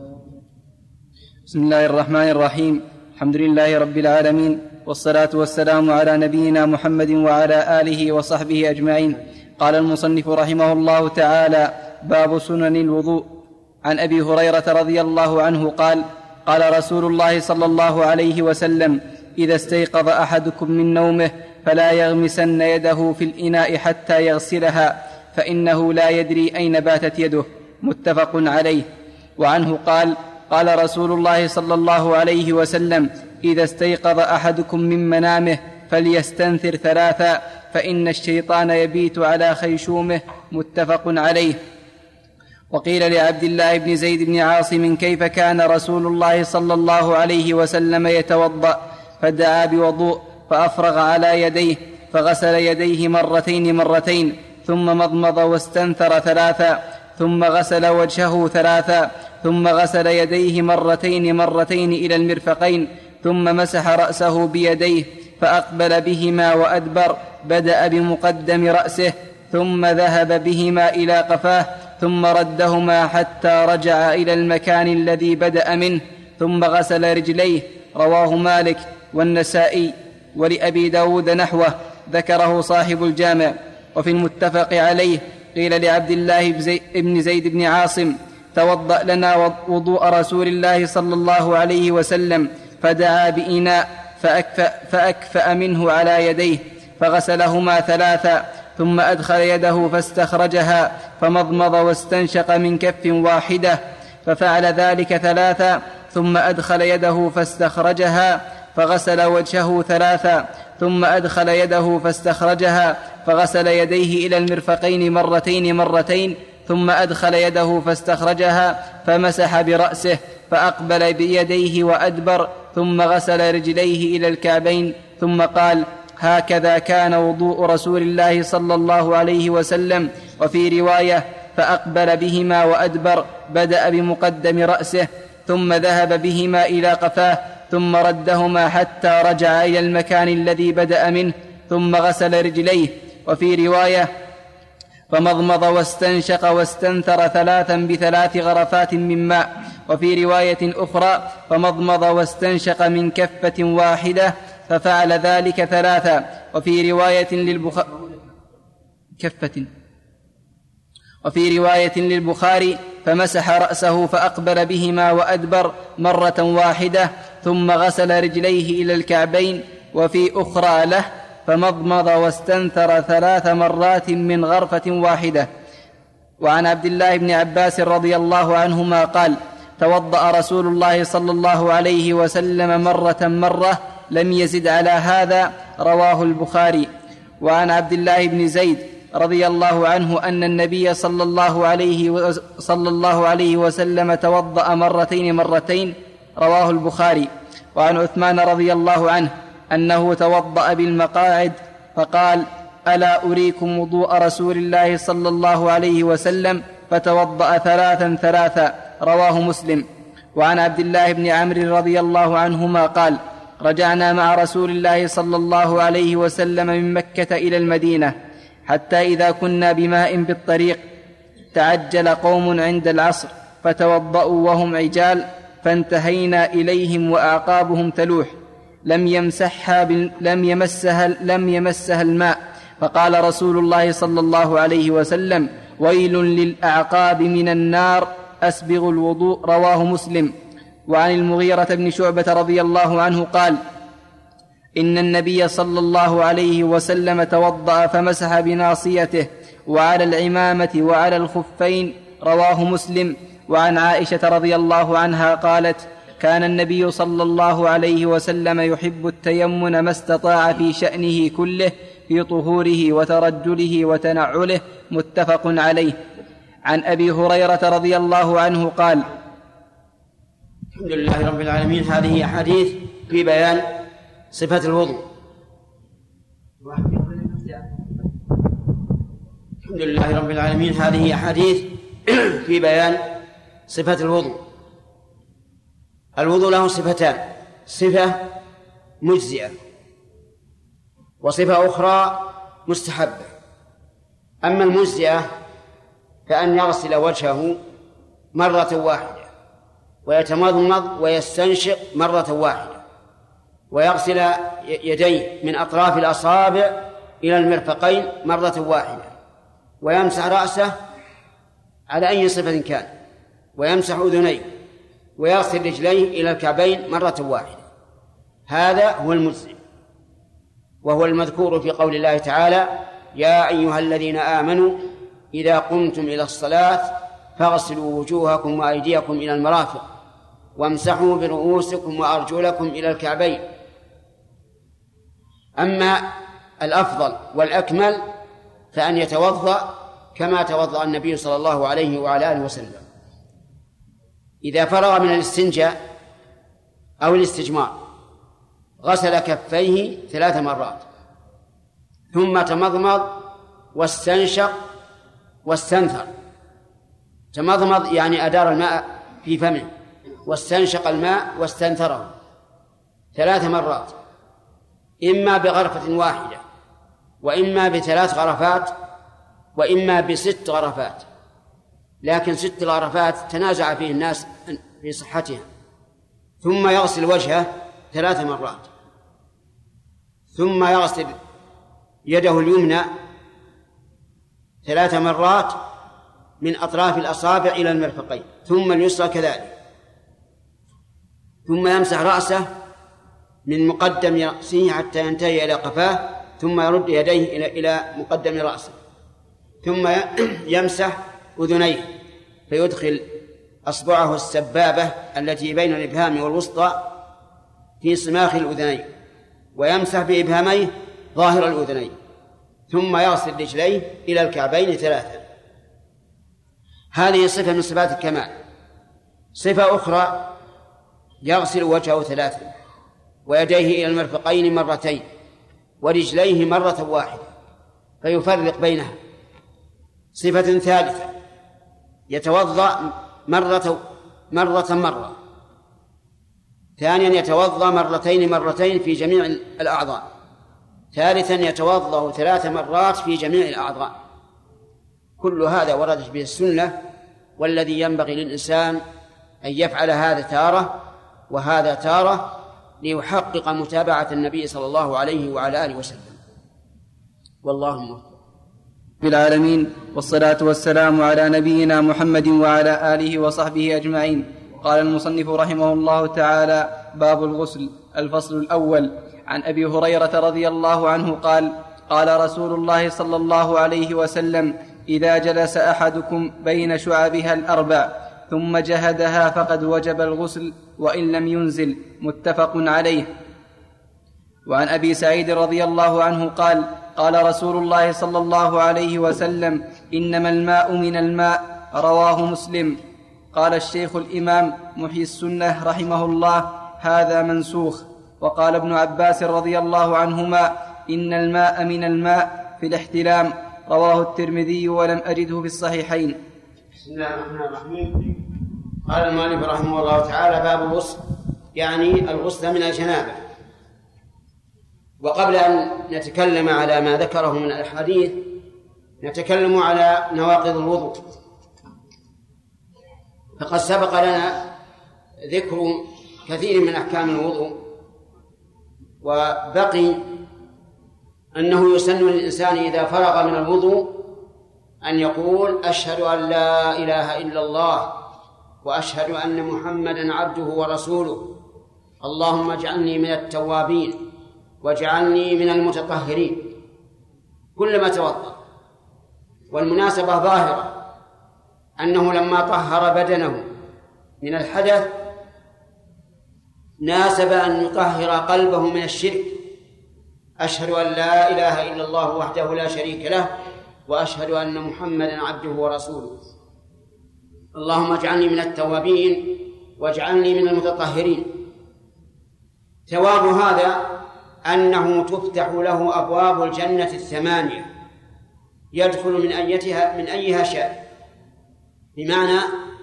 بسم الله الرحمن الرحيم. الحمد لله رب العالمين، والصلاة والسلام على نبينا محمد وعلى آله وصحبه أجمعين. قال المصنف رحمه الله تعالى: باب سنن الوضوء. عن أبي هريرة رضي الله عنه قال: قال رسول الله صلى الله عليه وسلم: إذا استيقظ أحدكم من نومه فلا يغمسن يده في الإناء حتى يغسلها، فإنه لا يدري أين باتت يده. متفق عليه. وعنه قال: قال رسول الله صلى الله عليه وسلم: إذا استيقظ أحدكم من منامه فليستنثر ثلاثا، فإن الشيطان يبيت على خيشومه. متفق عليه. وقيل لعبد الله بن زيد بن عاصم: كيف كان رسول الله صلى الله عليه وسلم يتوضأ؟ فدعا بوضوء فأفرغ على يديه فغسل يديه مرتين ثم مضمض واستنثر ثلاثا، ثم غسل وجهه ثلاثا، ثم غسل يديه مرتين إلى المرفقين، ثم مسح رأسه بيديه فأقبل بهما وأدبر، بدأ بمقدم رأسه ثم ذهب بهما إلى قفاه، ثم ردهما حتى رجع إلى المكان الذي بدأ منه، ثم غسل رجليه. رواه مالك والنسائي، ولأبي داود نحوه، ذكره صاحب الجامع. وفي المتفق عليه قيل لعبد الله بن زيد بن عاصم: توضأ لنا وضوء رسول الله صلى الله عليه وسلم، فدعا بإناء فأكفأ منه على يديه فغسلهما ثلاثا، ثم أدخل يده فاستخرجها، فمضمض واستنشق من كف واحدة، ففعل ذلك ثلاثا، ثم أدخل يده فاستخرجها، فغسل وجهه ثلاثا، ثم أدخل يده فاستخرجها، فغسل يديه إلى المرفقين مرتين، ثم أدخل يده فاستخرجها، فمسح برأسه، فأقبل بيديه وأدبر، ثم غسل رجليه إلى الكعبين، ثم قال: هكذا كان وضوء رسول الله صلى الله عليه وسلم. وفي رواية: فأقبل بهما وأدبر، بدأ بمقدم رأسه، ثم ذهب بهما إلى قفاه، ثم ردهما حتى رجع إلى المكان الذي بدأ منه، ثم غسل رجليه. وفي رواية: فمضمض واستنشق واستنثر ثلاثا ب3 غرفات من ماء. وفي رواية أخرى: فمضمض واستنشق من كفة واحدة، ففعل ذلك ثلاثا. وفي رواية للبخاري: فمسح رأسه فأقبل بهما وأدبر مرة واحدة، ثم غسل رجليه إلى الكعبين. وفي أخرى له: فمضمض واستنثر 3 مرات من غرفة واحدة. وعن عبد الله بن عباس رضي الله عنهما قال: توضأ رسول الله صلى الله عليه وسلم مرة لم يزد على هذا. رواه البخاري. وعن عبد الله بن زيد رضي الله عنه أن النبي صلى الله عليه وسلم توضأ مرتين. رواه البخاري. وعن عثمان رضي الله عنه أنه توضأ بالمقاعد، فقال: ألا أريكم وضوء رسول الله صلى الله عليه وسلم؟ فتوضأ 3. رواه مسلم. وعن عبد الله بن عمرو رضي الله عنهما قال: رجعنا مع رسول الله صلى الله عليه وسلم من مكة إلى المدينة، حتى إذا كنا بماء بالطريق تعجل قوم عند العصر فتوضأوا وهم عجال، فانتهينا إليهم وأعقابهم تلوح، لم يمسها الماء، فقال رسول الله صلى الله عليه وسلم: ويل للأعقاب من النار، أسبغوا الوضوء. رواه مسلم. وعن المغيرة بن شعبة رضي الله عنه قال: إن النبي صلى الله عليه وسلم توضأ فمسح بناصيته وعلى العمامة وعلى الخفين. رواه مسلم. وعن عائشة رضي الله عنها قالت: كان النبي صلى الله عليه وسلم يحب التيمن ما استطاع في شأنه كله، في طهوره وترجله وتنعله، متفق عليه. عن أبي هريرة رضي الله عنه قال: الحمد لله رب العالمين. هذه أحاديث في بيان صفة الوضوء. الحمد لله رب العالمين. هذه أحاديث في بيان صفة الوضوء. الوضوء له صفتان: صفة مجزئة وصفة أخرى مستحبة. أما المجزئة فأن يغسل وجهه مرة واحدة ويتمضمض ويستنشق مرة واحدة، ويغسل يديه من أطراف الأصابع إلى المرفقين مرة واحدة، ويمسح رأسه على أي صفة كان، ويمسح أذنيه، ويغسل رجليه إلى الكعبين مرة واحدة. هذا هو المجزئ، وهو المذكور في قول الله تعالى: يا أيها الذين آمنوا إذا قمتم إلى الصلاة فاغسلوا وجوهكم وأيديكم إلى المرافق وامسحوا برؤوسكم وأرجلكم إلى الكعبين. أما الأفضل والأكمل فأن يتوضأ كما توضأ النبي صلى الله عليه وعلى آله وسلم. إذا فرغ من الاستنجاء أو الاستجمار غسل كفيه 3 مرات، ثم تمضمض واستنشق واستنثر. تمضمض يعني أدار الماء في فمه، واستنشق الماء واستنثره 3 مرات، إما بغرفة واحدة، وإما ب3 غرفات، وإما ب6 غرفات، لكن 6 غرفات تنازع فيه الناس في صحتها. ثم يغسل وجهه 3 مرات، ثم يغسل يده اليمنى 3 مرات من أطراف الأصابع إلى المرفقين، ثم اليسرى كذلك، ثم يمسح رأسه من مقدم رأسه حتى ينتهي إلى قفاه، ثم يرد يديه إلى مقدم رأسه، ثم يمسح أذنيه فيدخل أصبعه السبابة التي بين الإبهام والوسطى في صماخ الأذنين، ويمسح بإبهاميه ظاهر الأذنين، ثم يغسل رجليه إلى الكعبين 3. هذه صفة من صفات الكمال. صفة أخرى: يغسل وجهه 3 ويديه إلى المرفقين 2 ورجليه مرة واحدة، فيفرق بينها. صفة ثالثة: يتوضأ مرة. ثانيا: يتوضأ مرتين في جميع الأعضاء. ثالثا: يتوضأ 3 مرات في جميع الأعضاء. كل هذا وردت به السنة، والذي ينبغي للإنسان أن يفعل هذا تارة وهذا تارة ليحقق متابعة النبي صلى الله عليه وعلى آله وسلم. والله موفق. بالعالمين، والصلاة والسلام على نبينا محمد وعلى آله وصحبه أجمعين. قال المصنف رحمه الله تعالى: باب الغسل. الفصل الأول. عن أبي هريرة رضي الله عنه قال: قال رسول الله صلى الله عليه وسلم: إذا جلس أحدكم بين شعبها 4 ثم جهدها فقد وجب الغسل وإن لم ينزل، متفق عليه. وعن أبي سعيد رضي الله عنه قال: قال رسول الله صلى الله عليه وسلم: إنما الماء من الماء، رواه مسلم. قال الشيخ الإمام محيي السنة رحمه الله: هذا منسوخ. وقال ابن عباس رضي الله عنهما: إن الماء من الماء في الاحتلام، رواه الترمذي ولم أجده في الصحيحين. بسم الله الرحمن الرحيم. قال المؤلف رحمه الله تعالى: باب الغسل، يعني الغسل من الجنابة. وقبل أن نتكلم على ما ذكره من الأحاديث نتكلم على نواقض الوضوء. فقد سبق لنا ذكر كثير من أحكام الوضوء، وبقي أنه يسن للإنسان إذا فرغ من الوضوء أن يقول: أشهد أن لا إله إلا الله وأشهد أن محمدًا عبده ورسوله، اللهم اجعلني من التوابين واجعلني من المتطهرين، كلما توضأ. والمناسبة ظاهرة أنه لما طهر بدنه من الحدث ناسب أن يطهر قلبه من الشرك أشهد أن لا إله إلا الله وحده لا شريك له وأشهد أن محمدا عبده ورسوله. اللهم اجعلني من التوابين واجعلني من المتطهرين. ثواب هذا أنه تفتح له أبواب الجنة 8 يدخل من أيها شاء، بمعنى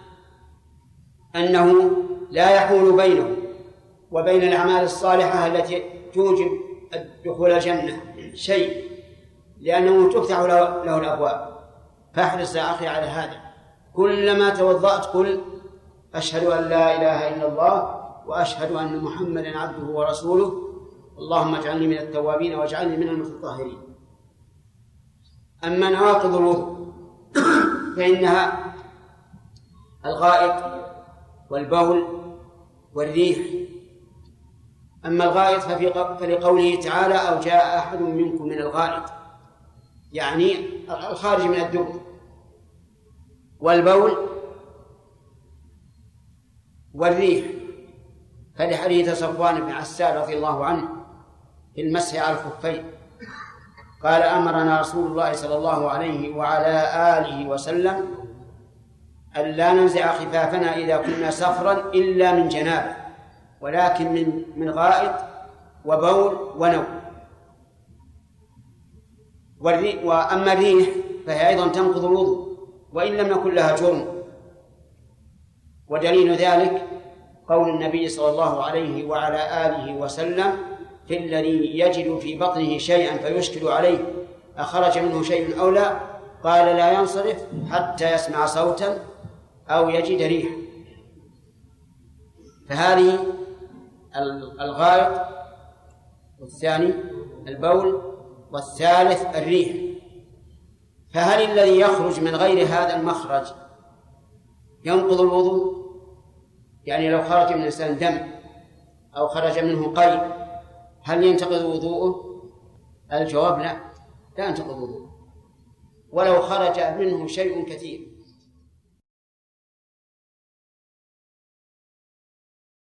أنه لا يحول بينه وبين الأعمال الصالحة التي توجب دخول الجنة شيء، لأنه تفتح له الأبواب. فاحرص يا أخي على هذا، كلما توضأت قل أشهد أن لا إله إلا الله وأشهد أن محمدا عبده ورسوله. اللهم اجعلني من التوابين واجعلني من المتطهرين. أما نواقض الوضوء فإنها الغائط والبول والريح. أما الغائط فلقوله تعالى أو جاء أحد منكم من الغائط، يعني الخارج من الدبر. والبول والريح فلحديث صفوان بن عسال رضي الله عنه في المسح على الخفين قال أمرنا رسول الله صلى الله عليه وعلى آله وسلم أن لا ننزع خفافنا إذا كنا سفرا إلا من جنابه، ولكن من غائط وبول ونوم. وأما الريح فهي أيضا تنقض الوضوء وإن لم يكن لها جرم، ودليل ذلك قول النبي صلى الله عليه وعلى آله وسلم في الذي يجد في بطنه شيئا فيشكل عليه أخرج منه شيء أو لا، قال لا ينصرف حتى يسمع صوتا أو يجد ريحا. فهذه الغائط، والثاني البول، والثالث الريح. فهل الذي يخرج من غير هذا المخرج ينقض الوضوء؟ يعني لو خرج من الإنسان دم أو خرج منه قيء هل ينتقض وضوءه؟ الجواب لا ينتقض وضوءه، ولو خرج منه شيء كثير.